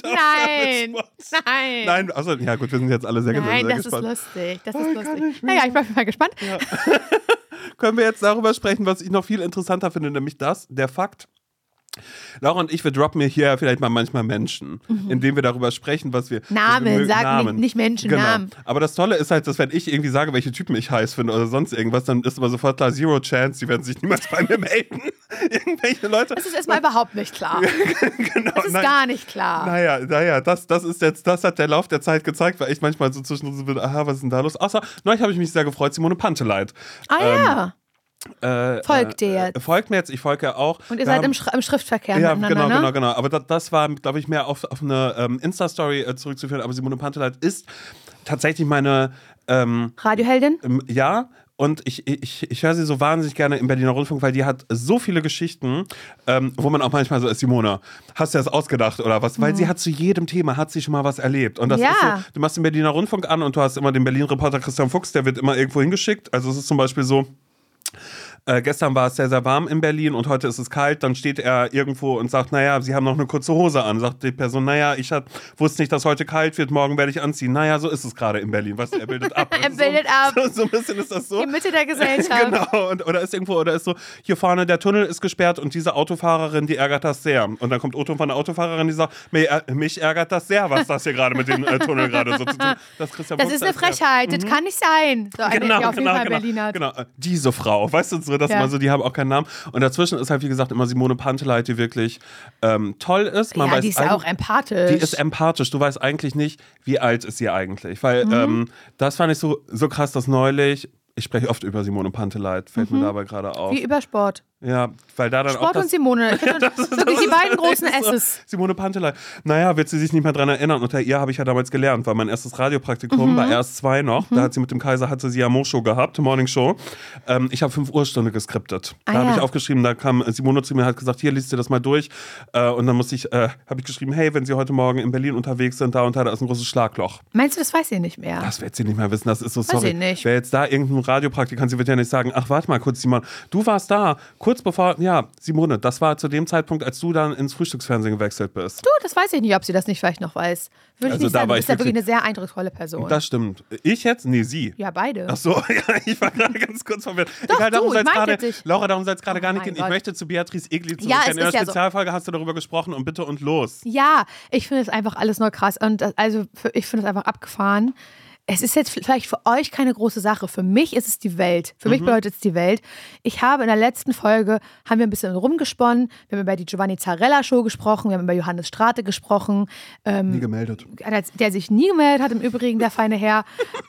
Nein, also ja gut, wir sind jetzt alle sehr gespannt. Nein, das ist lustig. Das ist lustig. Naja, ich bin mal gespannt. Ja. Können wir jetzt darüber sprechen, was ich noch viel interessanter finde, nämlich der Fakt, Laura und ich, wir droppen mir hier vielleicht mal manchmal Menschen, indem wir darüber sprechen, was wir... Namen, sagen nicht Menschen, genau. Namen. Aber das Tolle ist halt, dass wenn ich irgendwie sage, welche Typen ich heiß finde oder sonst irgendwas, dann ist immer sofort klar, 0 Chance, die werden sich niemals bei mir melden. Irgendwelche Leute... Das ist erstmal überhaupt nicht klar. Genau, das ist gar nicht klar. Naja, das hat der Lauf der Zeit gezeigt, weil ich manchmal so zwischendurch so bin, aha, was ist denn da los? Außer, neulich habe ich mich sehr gefreut, Simone Panteleit. Ja. Folgt dir jetzt. Folgt mir jetzt, ich folge auch. Und ihr seid im Schriftverkehr miteinander, ne? Genau. Aber das war, glaube ich, mehr auf eine Insta-Story zurückzuführen. Aber Simone Panteleit ist tatsächlich meine Radioheldin? Ja. Und ich höre sie so wahnsinnig gerne im Berliner Rundfunk, weil die hat so viele Geschichten, wo man auch manchmal so ist, Simona, hast du das ausgedacht oder was? Weil sie hat zu jedem Thema, hat sie schon mal was erlebt. Und das ist so, du machst den Berliner Rundfunk an und du hast immer den Berlin-Reporter Christian Fuchs, der wird immer irgendwo hingeschickt. Also es ist zum Beispiel so, gestern war es sehr, sehr warm in Berlin und heute ist es kalt, dann steht er irgendwo und sagt, naja, Sie haben noch eine kurze Hose an. Sagt die Person, naja, wusste nicht, dass heute kalt wird, morgen werde ich anziehen. Naja, so ist es gerade in Berlin. Weißt du, er bildet ab. Er bildet ab. So ein bisschen ist das so. Die Mitte der Gesellschaft. Genau. Oder ist so, hier vorne der Tunnel ist gesperrt und diese Autofahrerin, die ärgert das sehr. Und dann kommt Otto von der Autofahrerin, die sagt, mich ärgert das sehr, was das hier gerade mit dem Tunnel gerade so zu tun. Das ist eine Frechheit, das kann nicht sein. So eine, die auf jeden Fall Berlin hat. Genau, diese Frau, weißt du, so, dass man so, die haben auch keinen Namen. Und dazwischen ist halt, wie gesagt, immer Simone Panteleit, die wirklich toll ist. Man weiß die ist ja auch empathisch. Die ist empathisch. Du weißt eigentlich nicht, wie alt ist sie eigentlich. Weil das fand ich so krass, dass neulich, ich spreche oft über Simone Panteleit, fällt mir dabei gerade auf. Wie über Sport. Ja, weil da dann Sport auch und Simone. Wirklich die beiden großen S's. Simone Panteleit. Naja, wird sie sich nicht mehr dran erinnern. Unter ihr habe ich ja damals gelernt, weil mein erstes Radiopraktikum bei RS2 noch, da hat sie mit dem Kaiser, hatte sie ja Mo-Show gehabt, Morning Show. Ich habe 5 Uhr Stunde geskriptet. Da habe ich aufgeschrieben, da kam Simone zu mir, hat gesagt, hier, liest dir das mal durch. Und dann habe ich geschrieben, hey, wenn Sie heute Morgen in Berlin unterwegs sind, da ist ein großes Schlagloch. Meinst du, das weiß sie nicht mehr? Das wird sie nicht mehr wissen, das ist so, sorry. Weiß sie nicht. Wer jetzt da irgendein Radiopraktikant, sie wird ja nicht sagen, ach, warte mal kurz, Simon, du warst da, kurz bevor, ja, Simone, das war zu dem Zeitpunkt, als du dann ins Frühstücksfernsehen gewechselt bist. Du, das weiß ich nicht, ob sie das nicht vielleicht noch weiß. Würde ich nicht sagen, du bist ja wirklich eine sehr eindrucksvolle Person. Das stimmt. Ich jetzt? Nee, sie. Ja, beide. Ach so, ja, ich war gerade ganz kurz verwirrt. Doch, Egal, darum Laura, darum soll es gerade gar nicht gehen. Ich möchte zu Beatrice Egli zurück. In der Spezialfolge hast du darüber gesprochen und bitte und los. Ja, ich finde es einfach alles nur krass. Und ich finde es einfach abgefahren. Es ist jetzt vielleicht für euch keine große Sache. Für mich ist es die Welt. Für mich bedeutet es die Welt. Ich habe in der letzten Folge, haben wir ein bisschen rumgesponnen. Wir haben über die Giovanni Zarella Show gesprochen. Wir haben über Johannes Strate gesprochen. Nie gemeldet. Der sich nie gemeldet hat, im Übrigen, der feine Herr.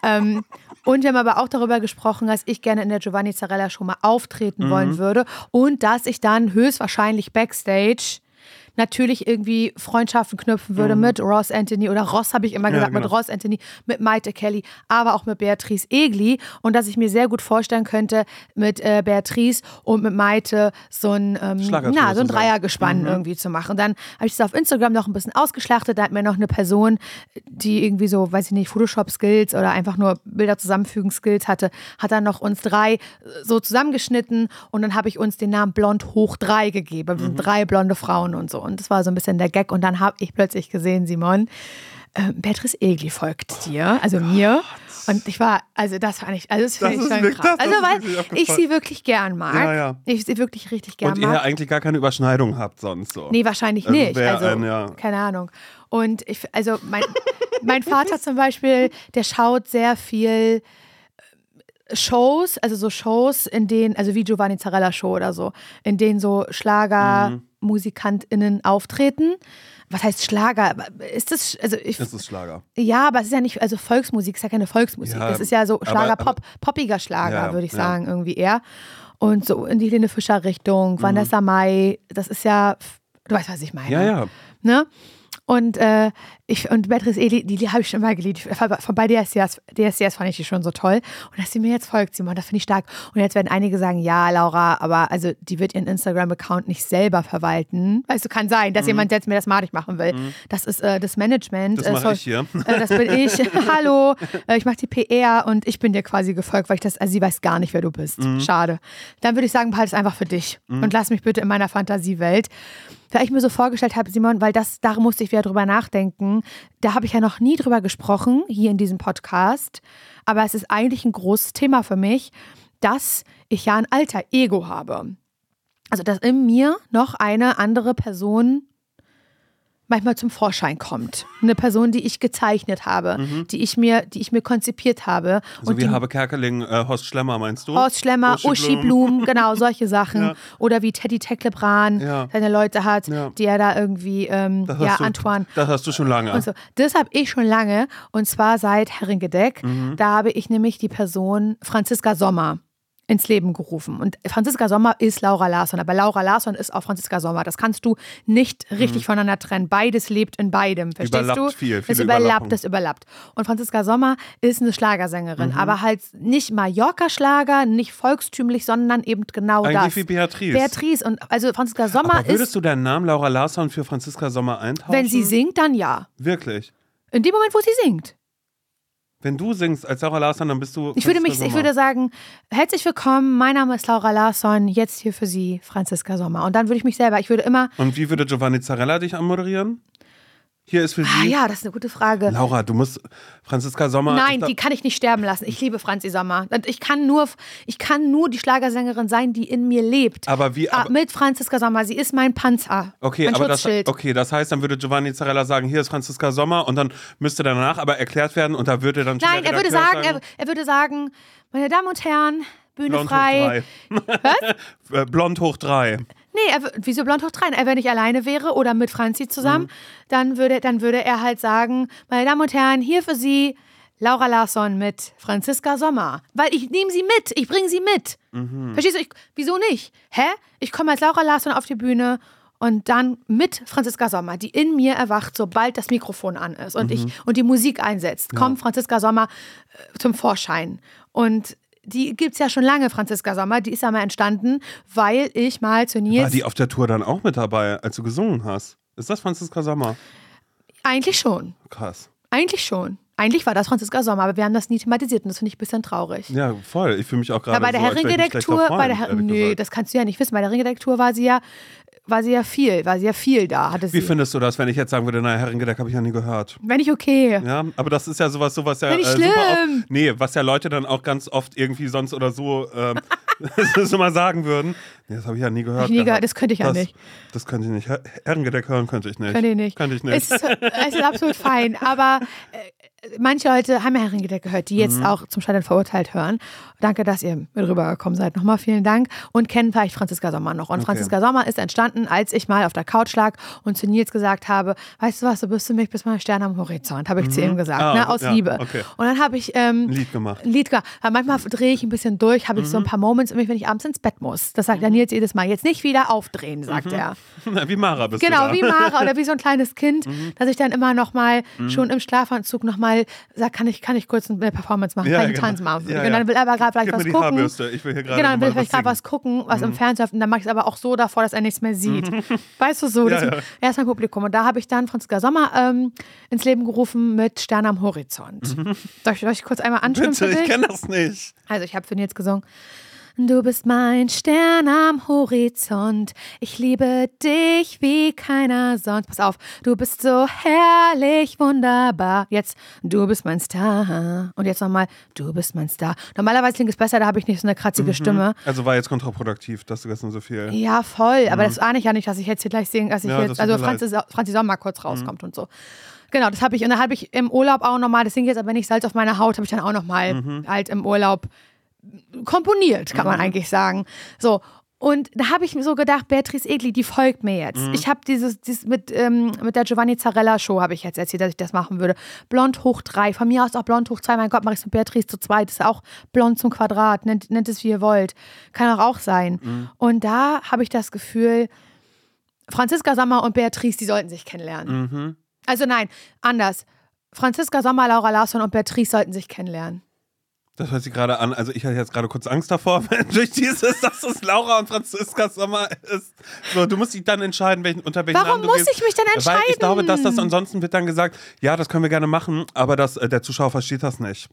Und wir haben aber auch darüber gesprochen, dass ich gerne in der Giovanni Zarella Show mal auftreten wollen würde. Und dass ich dann höchstwahrscheinlich Backstage natürlich irgendwie Freundschaften knüpfen würde mit Ross Anthony oder Ross, habe ich immer gesagt, mit Ross Anthony, mit Maite Kelly, aber auch mit Beatrice Egli und dass ich mir sehr gut vorstellen könnte, mit Beatrice und mit Maite so ein Dreiergespann irgendwie zu machen. Dann habe ich das auf Instagram noch ein bisschen ausgeschlachtet, da hat mir noch eine Person, die irgendwie so, weiß ich nicht, Photoshop-Skills oder einfach nur Bilder zusammenfügen Skills hatte, hat dann noch uns 3 so zusammengeschnitten und dann habe ich uns den Namen Blond hoch 3 gegeben. Wir sind 3 blonde Frauen und so. Und das war so ein bisschen der Gag. Und dann habe ich plötzlich gesehen, Simon, Beatrice Egli folgt dir, also mir. Und das finde ich schon krass. Also, weil ich sie wirklich gern mag. Ja. Ich sie wirklich richtig gern mag. Und ihr eigentlich gar keine Überschneidung habt sonst so. Nee, wahrscheinlich nicht. Keine Ahnung. Und mein Vater zum Beispiel, der schaut sehr viel Shows, also so Shows, in denen, also wie Giovanni Zarella Show oder so, in denen so SchlagermusikantInnen auftreten. Was heißt Schlager? Ist das, also das ist Schlager. Ja, aber es ist ja nicht, also Volksmusik ist ja keine Volksmusik. Ja, das ist ja so Schlager-Pop, poppiger Schlager, würde ich sagen, irgendwie eher. Und so in die Helene Fischer Richtung, Vanessa Mai, das ist ja, du weißt, was ich meine. Ja. Ne? Und Beatrice Egli, die habe ich schon mal geliebt. Bei DSDS fand ich die schon so toll. Und dass sie mir jetzt folgt, Simon, das finde ich stark. Und jetzt werden einige sagen, ja, Laura, aber also die wird ihren Instagram-Account nicht selber verwalten. Weißt du, kann sein, dass jemand jetzt mir das madig machen will. Das ist das Management. Das mache ich hier. Das bin ich. Hallo, ich mache die PR und ich bin dir quasi gefolgt, weil sie weiß gar nicht, wer du bist. Schade. Dann würde ich sagen, behalte es einfach für dich. Und lass mich bitte in meiner Fantasiewelt. Weil ich mir so vorgestellt habe, Simon, weil da musste ich wieder drüber nachdenken. Da habe ich ja noch nie drüber gesprochen, hier in diesem Podcast. Aber es ist eigentlich ein großes Thema für mich, dass ich ja ein alter Ego habe. Also, dass in mir noch eine andere Person manchmal zum Vorschein kommt. Eine Person, die ich gezeichnet habe, die ich mir konzipiert habe. So und wie Habe Kerkeling, Horst Schlemmer, meinst du? Horst Schlemmer, Uschi Blum, genau, solche Sachen. Ja. Oder wie Teddy Tecklebrand seine Leute hat, die er da irgendwie, Antoine. Das hast du schon lange. Und so. Das habe ich schon lange, und zwar seit Herringedeck. Da habe ich nämlich die Person Franziska Sommer ins Leben gerufen. Und Franziska Sommer ist Laura Larsson, aber Laura Larsson ist auch Franziska Sommer. Das kannst du nicht richtig voneinander trennen. Beides lebt in beidem. Verstehst überlappt du? Viel Das überlappt. Und Franziska Sommer ist eine Schlagersängerin, aber halt nicht Mallorca-Schlager, nicht volkstümlich, sondern eben genau eigentlich das. Eigentlich wie Beatrice. Beatrice. Und also Franziska Sommer aber würdest du deinen Namen Laura Larsson für Franziska Sommer eintauschen? Wenn sie singt, dann ja. Wirklich? In dem Moment, wo sie singt. Wenn du singst als Laura Larsson, dann bist du. Ich würde sagen, herzlich willkommen, mein Name ist Laura Larsson, jetzt hier für Sie, Franziska Sommer. Und dann würde ich mich selber, Und wie würde Giovanni Zarella dich anmoderieren? Hier ist für Sie. Ja, das ist eine gute Frage. Laura, du musst Franziska Sommer. Nein, die kann ich nicht sterben lassen. Ich liebe Franzi Sommer. Ich kann nur die Schlagersängerin sein, die in mir lebt. Aber wie? Mit Franziska Sommer. Sie ist mein Panzer. Okay, mein Schutzschild. Das heißt, dann würde Giovanni Zarella sagen, hier ist Franziska Sommer, und dann müsste danach aber erklärt werden, und da würde dann. Nein, er würde sagen, meine Damen und Herren, Bühne Blond frei. Hoch 3. Was? Blond hoch 3. Nee, wieso Blond hoch 3? Wenn ich alleine wäre oder mit Franzi zusammen, dann würde er halt sagen, meine Damen und Herren, hier für Sie Laura Larsson mit Franziska Sommer. Weil ich nehme sie mit, ich bringe sie mit. Verstehst du? Wieso nicht? Ich komme als Laura Larsson auf die Bühne und dann mit Franziska Sommer, die in mir erwacht, sobald das Mikrofon an ist und die Musik einsetzt. Kommt Franziska Sommer zum Vorschein. Und die gibt's ja schon lange, Franziska Sommer. Die ist ja mal entstanden, weil ich mal zu Nils... War die auf der Tour dann auch mit dabei, als du gesungen hast? Ist das Franziska Sommer? Eigentlich schon. Krass. Eigentlich schon. Eigentlich war das Franziska Sommer, aber wir haben das nie thematisiert und das finde ich ein bisschen traurig. Ja, voll. Ich fühle mich auch gerade bei der Herringedeck-Tour, nö, das kannst du ja nicht wissen. Bei der Herringedeck-Tour war sie ja viel da. Wie findest du das, wenn ich jetzt sagen würde, naja, Herringedeck habe ich ja nie gehört? Wenn nicht okay. Ja, aber das ist ja sowas ja Wenn nicht schlimm. Super oft, was ja Leute dann auch ganz oft irgendwie sonst oder so so mal sagen würden. Nee, das habe ich ja nie gehört. Das könnte ich ja nicht. Das könnte ich nicht. Herrengedeck hören könnte ich nicht. Könnte ich nicht. Es ist absolut fein, aber manche Leute haben ja Herrengedeck gehört, die jetzt auch zum Scheitern verurteilt hören. Danke, dass ihr mit rübergekommen seid. Nochmal vielen Dank. Und kennen vielleicht Franziska Sommer noch. Und Franziska Sommer ist entstanden, als ich mal auf der Couch lag und zu Nils gesagt habe, weißt du was, du bist für mich bis mal Stern am Horizont, habe ich zu ihm gesagt, aus Liebe. Okay. Und dann habe ich ein Lied gemacht. Aber manchmal drehe ich ein bisschen durch, habe ich so ein paar Moments in mich, wenn ich abends ins Bett muss. Das sagt der Nils jedes Mal. Jetzt nicht wieder aufdrehen, sagt er. Wie Mara bist du. Genau, da. wie Mara oder wie so ein kleines Kind, dass ich dann immer noch mal schon im Schlafanzug noch mal sage, kann ich kurz eine Performance machen, kann ich einen Tanz machen. Und dann will er aber gerade vielleicht was gucken. Ich will hier gerade dann will vielleicht gerade was gucken, was im Fernsehen, und dann mache ich es aber auch so davor, dass er nichts mehr sieht. Weißt du so? Er ist mein Publikum. Und da habe ich dann Franziska Sommer ins Leben gerufen mit Stern am Horizont. Soll ich kurz einmal anstimmen für dich? Ich kenne das nicht. Also ich habe für Nils gesungen. Du bist mein Stern am Horizont. Ich liebe dich wie keiner sonst. Pass auf. Du bist so herrlich, wunderbar. Jetzt, du bist mein Star. Und jetzt nochmal, du bist mein Star. Normalerweise klingt es besser, da habe ich nicht so eine kratzige Stimme. Also war jetzt kontraproduktiv, dass du gestern so viel... Ja, voll. Aber das ahne ich ja nicht, dass ich jetzt hier gleich singe, dass ich jetzt, also Franzi Sommer kurz rauskommt und so. Genau, das habe ich. Und dann habe ich im Urlaub auch nochmal, das singe ich jetzt aber nicht Salz auf meiner Haut, habe ich dann auch nochmal halt im Urlaub komponiert, kann man eigentlich sagen. So. Und da habe ich mir so gedacht, Beatrice Egli, die folgt mir jetzt. Ich habe dieses mit der Giovanni Zarella Show habe ich jetzt erzählt, dass ich das machen würde. Blond hoch 3, von mir aus auch blond hoch 2. Mein Gott, mache ich es mit Beatrice zu zweit. Das ist auch blond zum Quadrat. Nennt es, wie ihr wollt. Kann auch sein. Und da habe ich das Gefühl, Franziska Sommer und Beatrice, die sollten sich kennenlernen. Also nein, anders. Franziska Sommer, Laura Larsson und Beatrice sollten sich kennenlernen. Das hört sich gerade an, also ich hatte jetzt gerade kurz Angst davor, durch dieses, dass es Laura und Franziska Sommer ist. So, du musst dich dann entscheiden, unter welchen Namen du gehst. Warum muss ich mich denn entscheiden? Weil ich glaube, dass das ansonsten wird dann gesagt, ja, das können wir gerne machen, aber der Zuschauer versteht das nicht.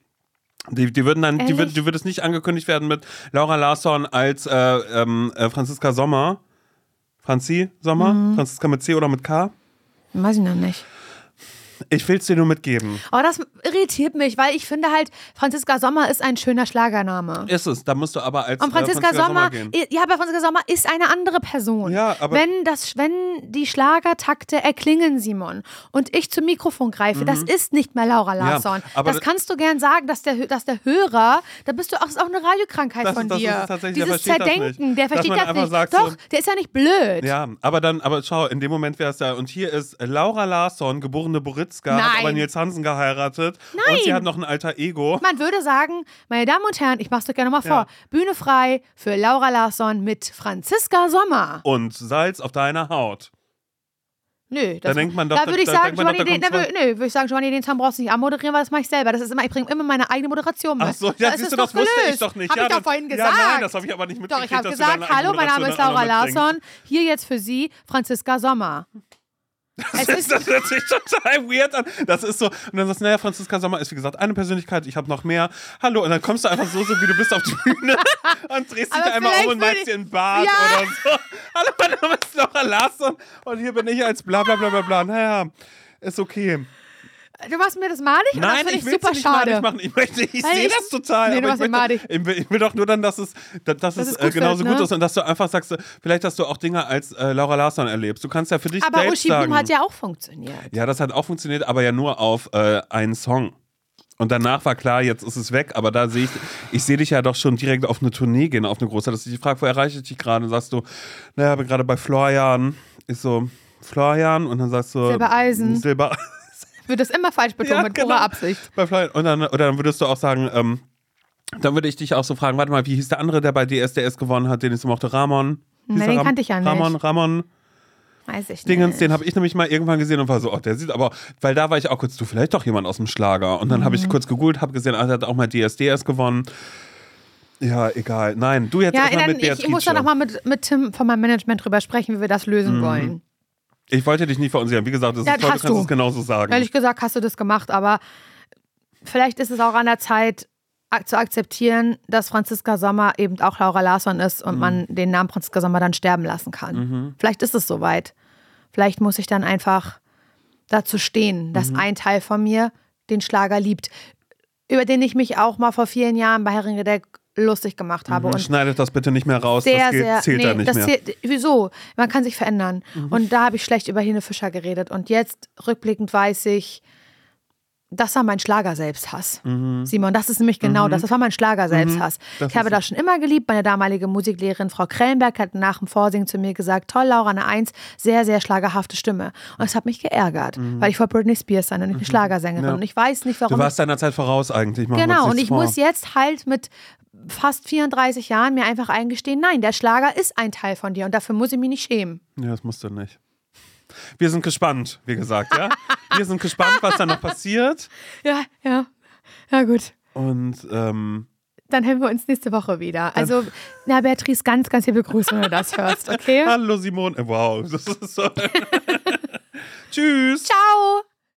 Die würde es nicht angekündigt werden mit Laura Larsson als Franziska Sommer. Franzi Sommer? Franziska mit C oder mit K? Weiß ich noch nicht. Ich will es dir nur mitgeben. Oh, das irritiert mich, weil ich finde halt, Franziska Sommer ist ein schöner Schlagername. Ist es, da musst du aber als Franziska Sommer gehen. Ja, aber Franziska Sommer ist eine andere Person. Ja, aber wenn die Schlagertakte erklingen, Simon, und ich zum Mikrofon greife, das ist nicht mehr Laura Larsson. Ja, das kannst du gern sagen, dass der Hörer, da bist du auch, ist auch eine Radiokrankheit von dir. Das ist tatsächlich, dieses Zerdenken, der versteht das nicht. Sagt, doch, der ist ja nicht blöd. Ja, aber schau, in dem Moment wäre es ja, und hier ist Laura Larsson, geborene Boritzka, hat aber Nils Hansen geheiratet. Nein. Und sie hat noch ein alter Ego. Man würde sagen, meine Damen und Herren, ich mach's euch gerne nochmal vor. Bühne frei für Laura Larsson mit Franziska Sommer. Und Salz auf deiner Haut. Nö, da denkt man doch, da würde ich sagen, Giovanni, den Song brauchst du nicht anmoderieren, weil das mache ich selber. Ich bringe immer meine eigene Moderation mit. Ach so, ja, siehst du, das wusste ich doch nicht. Hab ich doch vorhin gesagt. Ja, nein, das habe ich aber nicht mitgekriegt. Doch, ich habe gesagt, hallo, mein Name ist Laura Larsson. Hier jetzt für Sie, Franziska Sommer. Das hört sich total weird an. Das ist so, und dann sagst du, naja, Franziska Sommer ist wie gesagt eine Persönlichkeit, ich habe noch mehr. Hallo, und dann kommst du einfach so wie du bist auf die Bühne und drehst dich da einmal um und malst dir einen Bart oder so. Hallo, mein Name ist Laura Larsson und hier bin ich als bla bla bla bla bla. Naja, ist okay. Du machst mir das madig? Nein, das ich will super es nicht schade. madig machen. Ich sehe das total. Nee, du machst madig. Ich will doch nur dann, dass es genauso gut ist und dass du einfach sagst, vielleicht hast du auch Dinge als Laura Larsson erlebst. Du kannst ja für dich aber selbst sagen. Aber Uschi Blum hat ja auch funktioniert. Ja, das hat auch funktioniert, aber ja nur auf einen Song. Und danach war klar, jetzt ist es weg, aber da sehe ich sehe dich ja doch schon direkt auf eine Tournee gehen, auf eine große, dass ich dich frage, wo erreiche ich dich gerade? Und sagst du, naja, bin gerade bei Florian. Ist so, Florian? Und dann sagst du Silbereisen. Ich würde das immer falsch betonen, mit purer Absicht. Und dann würdest du auch sagen, dann würde ich dich auch so fragen, warte mal, wie hieß der andere, der bei DSDS gewonnen hat, den ich so mochte, Ramon? Den kannte ich ja nicht. Ramon. Weiß ich Dingens, nicht. Den habe ich nämlich mal irgendwann gesehen und war so, der sieht aber, weil da war ich auch kurz, du vielleicht doch jemand aus dem Schlager. Und dann habe ich kurz gegoogelt, habe gesehen, er hat auch mal DSDS gewonnen. Ja, egal. Nein, du jetzt erstmal mit Beatrice. Ich muss da nochmal mit Tim von meinem Management drüber sprechen, wie wir das lösen wollen. Ich wollte dich nicht verunsichern. Wie gesagt, das ist toll, du kannst es genauso sagen. Ehrlich gesagt hast du das gemacht, aber vielleicht ist es auch an der Zeit zu akzeptieren, dass Franziska Sommer eben auch Laura Larsson ist und man den Namen Franziska Sommer dann sterben lassen kann. Vielleicht ist es soweit. Vielleicht muss ich dann einfach dazu stehen, dass ein Teil von mir den Schlager liebt, über den ich mich auch mal vor vielen Jahren bei Herringedeck lustig gemacht habe. Und schneidet das bitte nicht mehr raus, das zählt da nicht mehr. Wieso? Man kann sich verändern. Und da habe ich schlecht über Helene Fischer geredet. Und jetzt, rückblickend, weiß ich, das war mein Schlager-Selbsthass. Simon, das ist nämlich genau das. Das war mein Schlager-Selbsthass. Ich habe das schon immer geliebt. Meine damalige Musiklehrerin, Frau Krellenberg, hat nach dem Vorsingen zu mir gesagt, toll, Laura, eine 1, sehr, sehr schlagerhafte Stimme. Und es hat mich geärgert, weil ich vor Britney Spears sein und ich eine Schlagersängerin. Ja. Und ich weiß nicht, warum. Du warst deiner Zeit voraus eigentlich. Genau, und ich muss jetzt halt mit fast 34 Jahren mir einfach eingestehen, nein, der Schlager ist ein Teil von dir und dafür muss ich mich nicht schämen. Ja, das musst du nicht. Wir sind gespannt, wie gesagt, ja. Wir sind gespannt, was da noch passiert. Ja, gut. Und dann hören wir uns nächste Woche wieder. Also, Beatrice, ganz, ganz liebe Grüße, wenn du das hörst, okay? Hallo Simone. Wow, das ist so. Tschüss. Ciao.